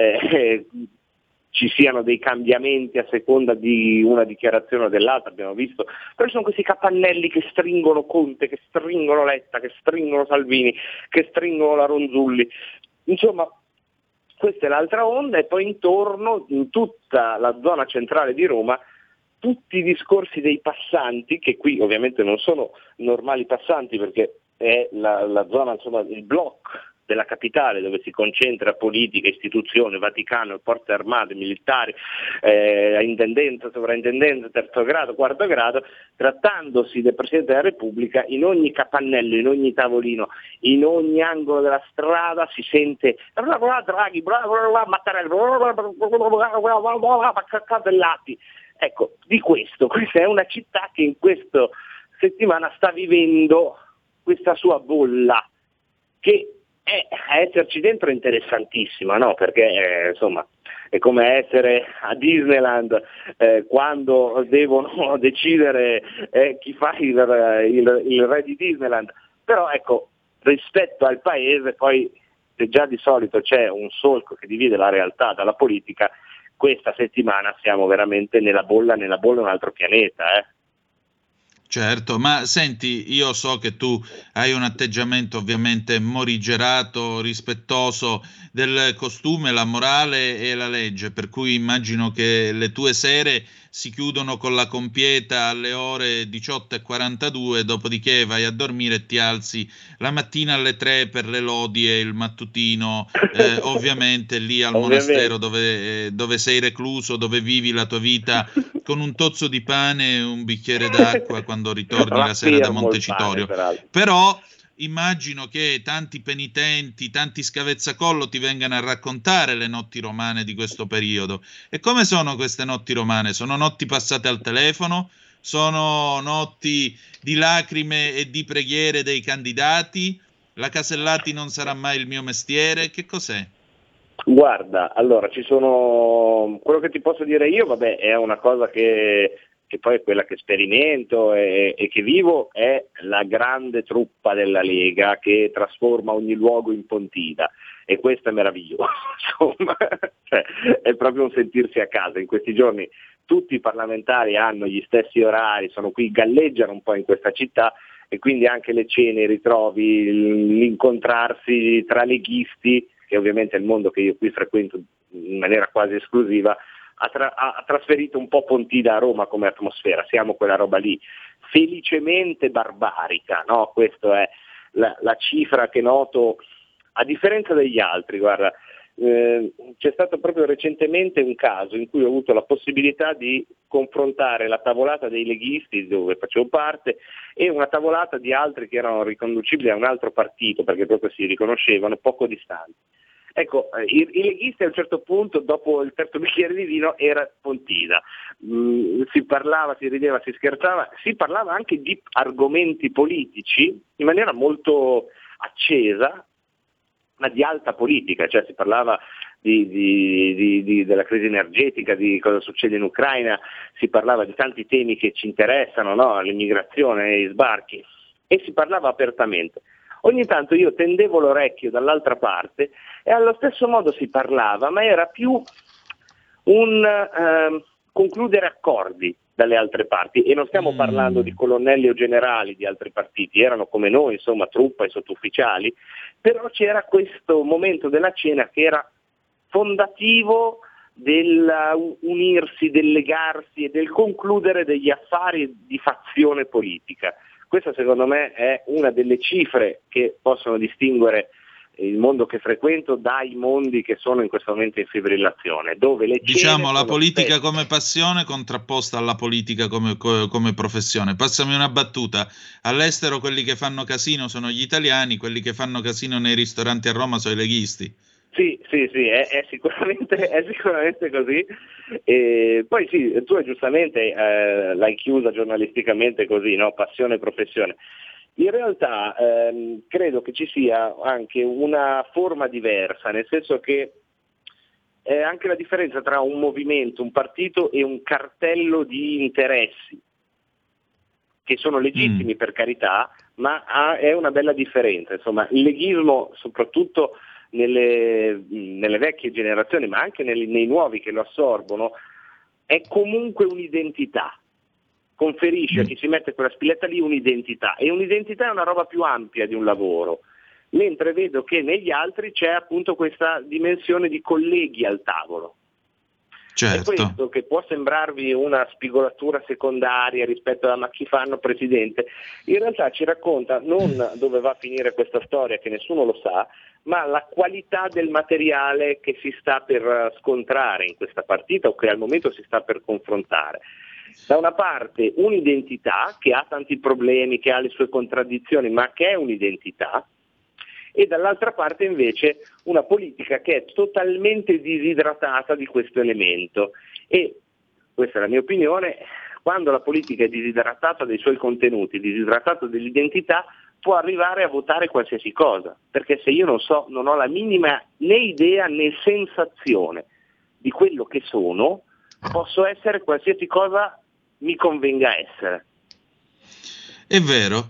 ci siano dei cambiamenti a seconda di una dichiarazione o dell'altra, abbiamo visto, però sono questi capannelli che stringono Conte, che stringono Letta, che stringono Salvini, che stringono la Ronzulli, insomma questa è l'altra onda. E poi intorno, in tutta la zona centrale di Roma, tutti i discorsi dei passanti, che qui ovviamente non sono normali passanti perché è la zona, insomma, il blocco della capitale, dove si concentra politica, istituzione, Vaticano, forze armate, militari, intendenza, sovrintendenza, terzo grado, quarto grado, trattandosi del Presidente della Repubblica, in ogni capannello, in ogni tavolino, in ogni angolo della strada si sente Draghi, Mattarella, Casellati. Ecco, di questa è una città che in questa settimana sta vivendo questa sua bolla, che a esserci dentro è interessantissima, no? Perché insomma è come essere a Disneyland quando devono decidere chi fa il re di Disneyland. Però ecco, rispetto al paese, poi se già di solito c'è un solco che divide la realtà dalla politica, questa settimana siamo veramente nella bolla un altro pianeta. Certo, ma senti, io so che tu hai un atteggiamento ovviamente morigerato, rispettoso del costume, la morale e la legge, per cui immagino che le tue sere si chiudono con la compieta alle ore 18:42, dopodiché vai a dormire e ti alzi la mattina alle 3 per le lodi e il mattutino, ovviamente lì al monastero dove sei recluso, dove vivi la tua vita con un tozzo di pane e un bicchiere d'acqua quando ritorni la sera da Montecitorio. Però immagino che tanti penitenti, tanti scavezzacollo ti vengano a raccontare le notti romane di questo periodo. E come sono queste notti romane? Sono notti passate al telefono? Sono notti di lacrime e di preghiere dei candidati? La Casellati non sarà mai il mio mestiere? Che cos'è? Guarda, allora quello che ti posso dire io, vabbè, è una cosa che poi è quella che sperimento e che vivo, è la grande truppa della Lega che trasforma ogni luogo in Pontida, e questo è meraviglioso. Insomma, cioè, è proprio un sentirsi a casa. In questi giorni tutti i parlamentari hanno gli stessi orari, sono qui, galleggiano un po' in questa città, e quindi anche le cene, i ritrovi, l'incontrarsi tra leghisti, che ovviamente è il mondo che io qui frequento in maniera quasi esclusiva, ha trasferito un po' Pontida a Roma come atmosfera. Siamo quella roba lì, felicemente barbarica, no? Questa è la cifra che noto, a differenza degli altri. Guarda, c'è stato proprio recentemente un caso in cui ho avuto la possibilità di confrontare la tavolata dei leghisti, dove facevo parte, e una tavolata di altri che erano riconducibili a un altro partito, perché proprio si riconoscevano poco distanti. Ecco, i leghisti a un certo punto, dopo il terzo bicchiere di vino, era Pontida. Si parlava, si rideva, si scherzava, si parlava anche di argomenti politici in maniera molto accesa, ma di alta politica, cioè si parlava della crisi energetica, di cosa succede in Ucraina, si parlava di tanti temi che ci interessano, no? L'immigrazione, gli sbarchi, e si parlava apertamente. Ogni tanto io tendevo l'orecchio dall'altra parte e allo stesso modo si parlava, ma era più un concludere accordi dalle altre parti, e non stiamo parlando di colonnelli o generali di altri partiti, erano come noi, insomma, truppa e sottufficiali, però c'era questo momento della cena che era fondativo dell'unirsi, del legarsi e del concludere degli affari di fazione politica. Questa secondo me è una delle cifre che possono distinguere il mondo che frequento dai mondi che sono in questo momento in fibrillazione, dove le diciamo la politica come passione contrapposta alla politica come professione. Passami una battuta: all'estero quelli che fanno casino sono gli italiani, quelli che fanno casino nei ristoranti a Roma sono i leghisti. Sì, è sicuramente così. E poi sì, tu giustamente l'hai chiusa giornalisticamente così, no? Passione e professione. In realtà credo che ci sia anche una forma diversa, nel senso che è anche la differenza tra un movimento, un partito e un cartello di interessi, che sono legittimi per carità, ma è una bella differenza. Insomma, il leghismo, soprattutto nelle vecchie generazioni, ma anche nei nuovi che lo assorbono, è comunque un'identità. Conferisce a chi si mette quella spilletta lì un'identità, e un'identità è una roba più ampia di un lavoro, mentre vedo che negli altri c'è appunto questa dimensione di colleghi al tavolo. Certo. E questo, che può sembrarvi una spigolatura secondaria rispetto a ma chi fanno presidente, in realtà ci racconta non dove va a finire questa storia, che nessuno lo sa, ma la qualità del materiale che si sta per scontrare in questa partita o che al momento si sta per confrontare. Da una parte un'identità che ha tanti problemi, che ha le sue contraddizioni, ma che è un'identità, e dall'altra parte invece una politica che è totalmente disidratata di questo elemento. E questa è la mia opinione: quando la politica è disidratata dei suoi contenuti, disidratata dell'identità, può arrivare a votare qualsiasi cosa, perché se io non ho la minima né idea né sensazione di quello che sono, posso essere qualsiasi cosa mi convenga essere. È vero,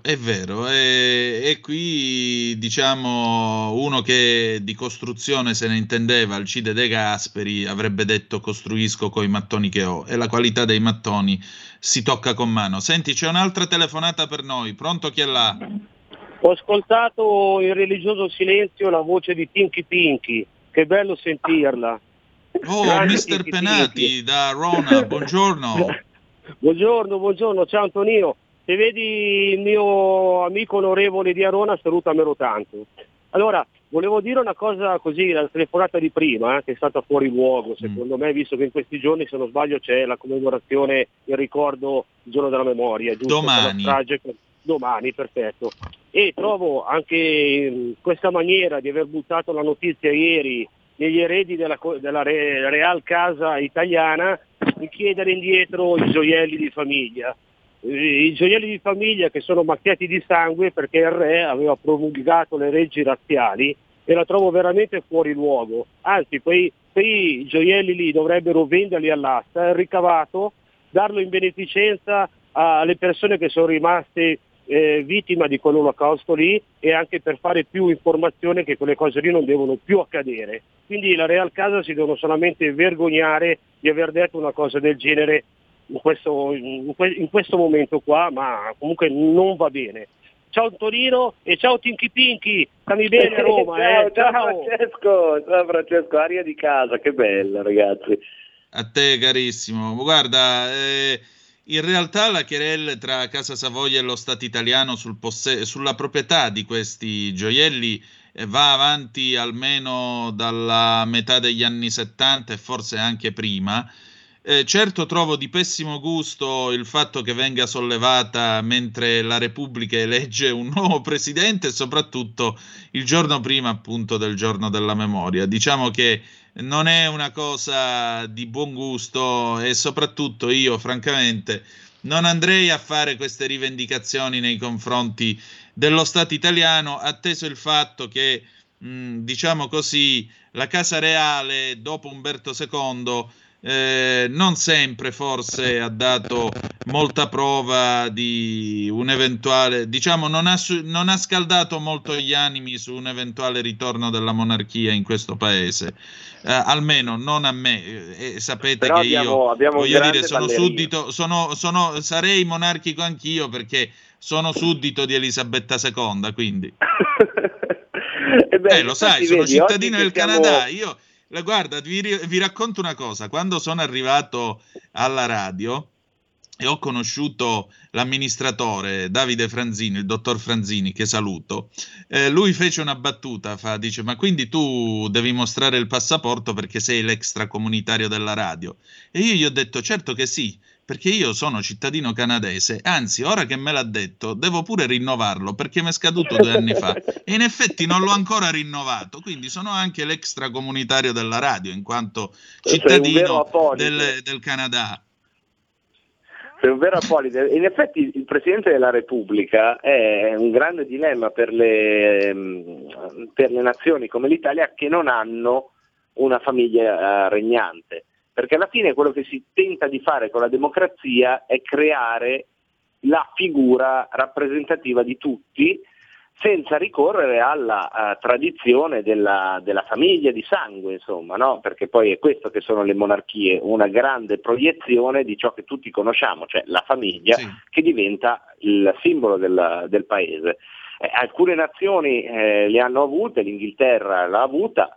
e qui diciamo uno che di costruzione se ne intendeva, Alcide De Gasperi, avrebbe detto costruisco coi mattoni che ho, e la qualità dei mattoni si tocca con mano. Senti, c'è un'altra telefonata per noi, pronto, chi è là? Ho ascoltato in religioso silenzio la voce di Tinky Pinky, che bello sentirla. Oh, Mr. Penati da Rona, buongiorno. Buongiorno, ciao Antonino. Se vedi il mio amico onorevole di Arona, salutamelo tanto. Allora, volevo dire una cosa così, la telefonata di prima, che è stata fuori luogo, secondo me, visto che in questi giorni, se non sbaglio, c'è la commemorazione, il ricordo, il giorno della memoria, giusto? Domani. Domani, perfetto. E trovo anche questa maniera di aver buttato la notizia ieri negli eredi della Real Casa italiana, di chiedere indietro i gioielli di famiglia. I gioielli di famiglia che sono macchiati di sangue perché il re aveva promulgato le leggi razziali, e la trovo veramente fuori luogo. Anzi, quei gioielli lì dovrebbero venderli all'asta, il ricavato darlo in beneficenza alle persone che sono rimaste vittima di quell'olocausto lì, e anche per fare più informazione che quelle cose lì non devono più accadere. Quindi la Real Casa si devono solamente vergognare di aver detto una cosa del genere in questo momento qua, ma comunque non va bene. Ciao Antonino e ciao Tinky Pinky, stammi bene a Roma. Ciao Francesco, aria di casa, che bella, ragazzi. A te carissimo, guarda, in realtà la querela tra Casa Savoia e lo Stato italiano sulla proprietà di questi gioielli va avanti almeno dalla metà degli anni 70 e forse anche prima. Certo, trovo di pessimo gusto il fatto che venga sollevata mentre la Repubblica elegge un nuovo presidente, e soprattutto il giorno prima appunto del giorno della memoria. Diciamo che non è una cosa di buon gusto, e soprattutto io francamente non andrei a fare queste rivendicazioni nei confronti dello Stato italiano, atteso il fatto che diciamo così, la Casa Reale dopo Umberto II non sempre forse ha dato molta prova di un eventuale, diciamo, non ha scaldato molto gli animi su un eventuale ritorno della monarchia in questo paese, almeno non a me, sapete. Però che abbiamo voglio dire, sono suddito, sarei monarchico anch'io, perché sono suddito di Elisabetta II, quindi lo sai, sono cittadino del Canada, io. Guarda, vi racconto una cosa. Quando sono arrivato alla radio e ho conosciuto l'amministratore Davide Franzini, il dottor Franzini, che saluto, lui fece una battuta, dice: ma quindi tu devi mostrare il passaporto perché sei l'extracomunitario della radio? E io gli ho detto: certo che sì, perché io sono cittadino canadese, anzi, ora che me l'ha detto, devo pure rinnovarlo, perché mi è scaduto 2 anni fa, e in effetti non l'ho ancora rinnovato, quindi sono anche l'extracomunitario della radio, in quanto cittadino del Canada. Sei un vero apolide. In effetti il Presidente della Repubblica è un grande dilemma per le nazioni come l'Italia, che non hanno una famiglia regnante. Perché alla fine quello che si tenta di fare con la democrazia è creare la figura rappresentativa di tutti, senza ricorrere alla tradizione della famiglia di sangue, insomma, no? Perché poi è questo che sono le monarchie, una grande proiezione di ciò che tutti conosciamo, cioè la famiglia, sì, che diventa il simbolo del paese. Alcune nazioni le hanno avute, l'Inghilterra l'ha avuta,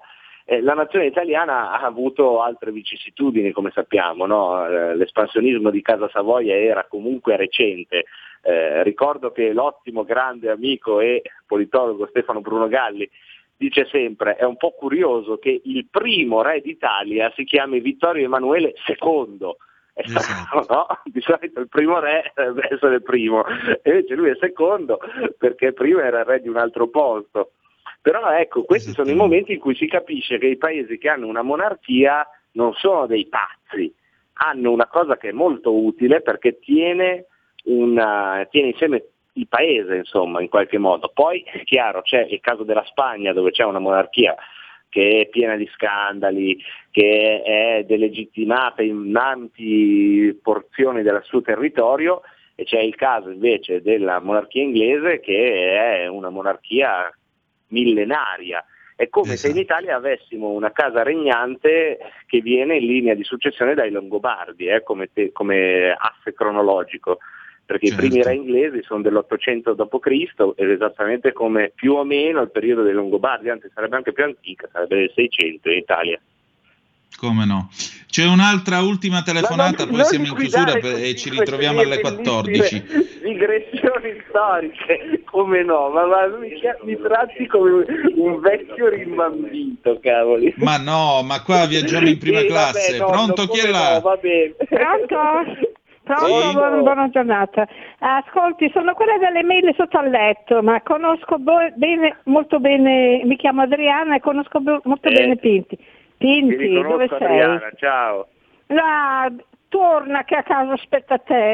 La nazione italiana ha avuto altre vicissitudini, come sappiamo, no? L'espansionismo di Casa Savoia era comunque recente. Ricordo che l'ottimo grande amico e politologo Stefano Bruno Galli dice sempre: è un po' curioso che il primo re d'Italia si chiami Vittorio Emanuele II. È strano, no? Di solito il primo re deve essere il primo, e invece lui è secondo perché prima era re di un altro posto. Però ecco, questi sono i momenti in cui si capisce che i paesi che hanno una monarchia non sono dei pazzi, hanno una cosa che è molto utile perché tiene insieme il paese, insomma, in qualche modo. Poi è chiaro, c'è il caso della Spagna, dove c'è una monarchia che è piena di scandali, che è delegittimata in ampi porzioni del suo territorio, e c'è il caso invece della monarchia inglese, che è una monarchia millenaria. È come se in Italia avessimo una casa regnante che viene in linea di successione dai Longobardi, come asse cronologico, perché i primi re inglesi sono dell'800 d.C., ed esattamente come più o meno il periodo dei Longobardi, anzi sarebbe anche più antica, sarebbe del 600 in Italia. Come no? C'è un'altra ultima telefonata, poi siamo in chiusura e ci ritroviamo alle 14. Digressioni storiche, come no? Ma mi tratti come un vecchio rimbambito, cavoli. Ma no, ma qua viaggiamo in prima classe. Vabbè, pronto, chi è là? No, va bene. Pronto? Pronto, buona giornata. Ascolti, sono quella delle mail sotto al letto, ma conosco molto bene, mi chiamo Adriana e conosco molto bene Pinti. Pinti, dove sei? Adriana, ciao. Torna che a casa aspetta te.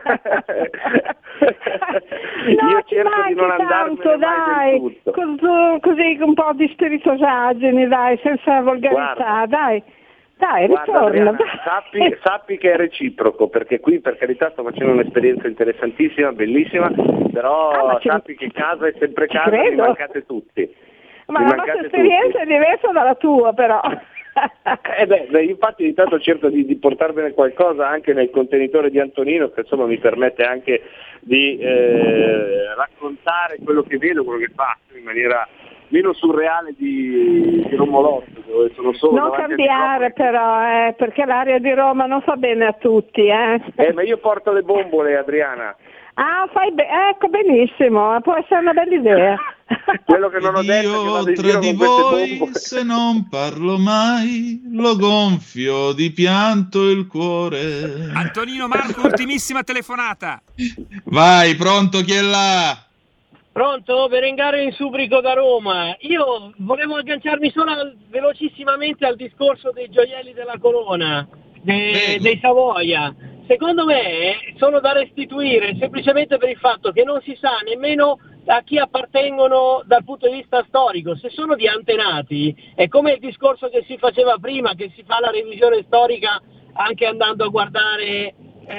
No, io cerco di non andarmene mai del tutto. Così un po' di spiritosaggine, dai, senza volgarità, dai. Dai, ritorna. Adriana, sappi che è reciproco, perché qui per carità sto facendo un'esperienza interessantissima, bellissima, però sappi che casa è sempre casa, mi mancate tutti. Ma la nostra esperienza è diversa dalla tua, però. Infatti intanto cerco di portarvene qualcosa anche nel contenitore di Antonino, che insomma mi permette anche di raccontare quello che vedo, quello che faccio in maniera meno surreale di Romolotto, dove sono solo. Non cambiare però, perché l'aria di Roma non fa bene a tutti, ma io porto le bombole, Adriana. Ecco, benissimo, può essere una bella idea. Quello che non ho detto è che vado in giro con queste bombole. Se non parlo mai, lo gonfio di pianto il cuore. Antonino Marco, ultimissima telefonata. Vai, pronto, chi è là? Pronto? Berengaro in Subrico da Roma. Io volevo agganciarmi solo velocissimamente al discorso dei gioielli della corona, dei Savoia. Secondo me sono da restituire semplicemente per il fatto che non si sa nemmeno a chi appartengono dal punto di vista storico. Se sono di antenati, è come il discorso che si faceva prima, che si fa la revisione storica anche andando a guardare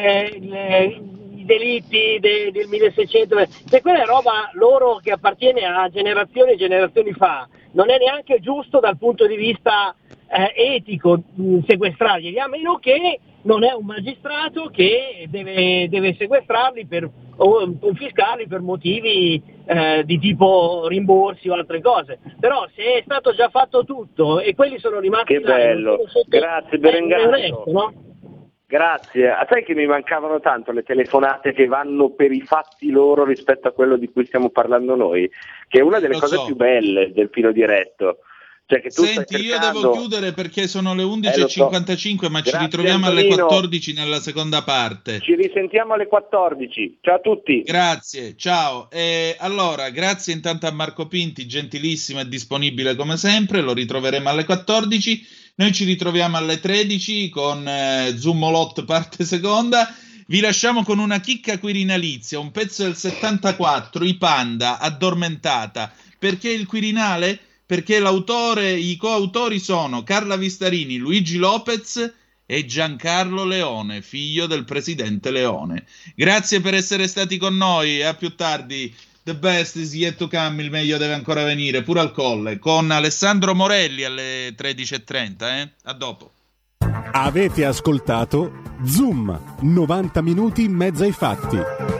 i delitti del 1600, se quella è roba loro che appartiene a generazioni e generazioni fa, non è neanche giusto dal punto di vista etico sequestrarli, a meno che non è un magistrato che deve sequestrarli o confiscarli per motivi di tipo rimborsi o altre cose. Però se è stato già fatto tutto e quelli sono rimasti che bello, grazie Berengaro, no? Grazie, sai che mi mancavano tanto le telefonate che vanno per i fatti loro rispetto a quello di cui stiamo parlando noi, che è una delle cose più belle del filo diretto. Cioè che tu Senti, io devo chiudere perché sono le 11.55, ma ci ritroviamo alle 14 nella seconda parte. Ci risentiamo alle 14. Ciao a tutti. Grazie, ciao. Allora, grazie intanto a Marco Pinti, gentilissimo e disponibile come sempre, lo ritroveremo alle 14. Noi ci ritroviamo alle 13 con Zoomolot parte seconda. Vi lasciamo con una chicca quirinalizia, un pezzo del 74, I Panda, Addormentata. Perché il Quirinale? Perché i coautori sono Carla Vistarini, Luigi Lopez e Giancarlo Leone, figlio del presidente Leone. Grazie per essere stati con noi, a più tardi. The best is yet to come, il meglio deve ancora venire, pure al Colle, con Alessandro Morelli alle 13.30. A dopo. Avete ascoltato Zoom, 90 minuti in mezzo ai fatti.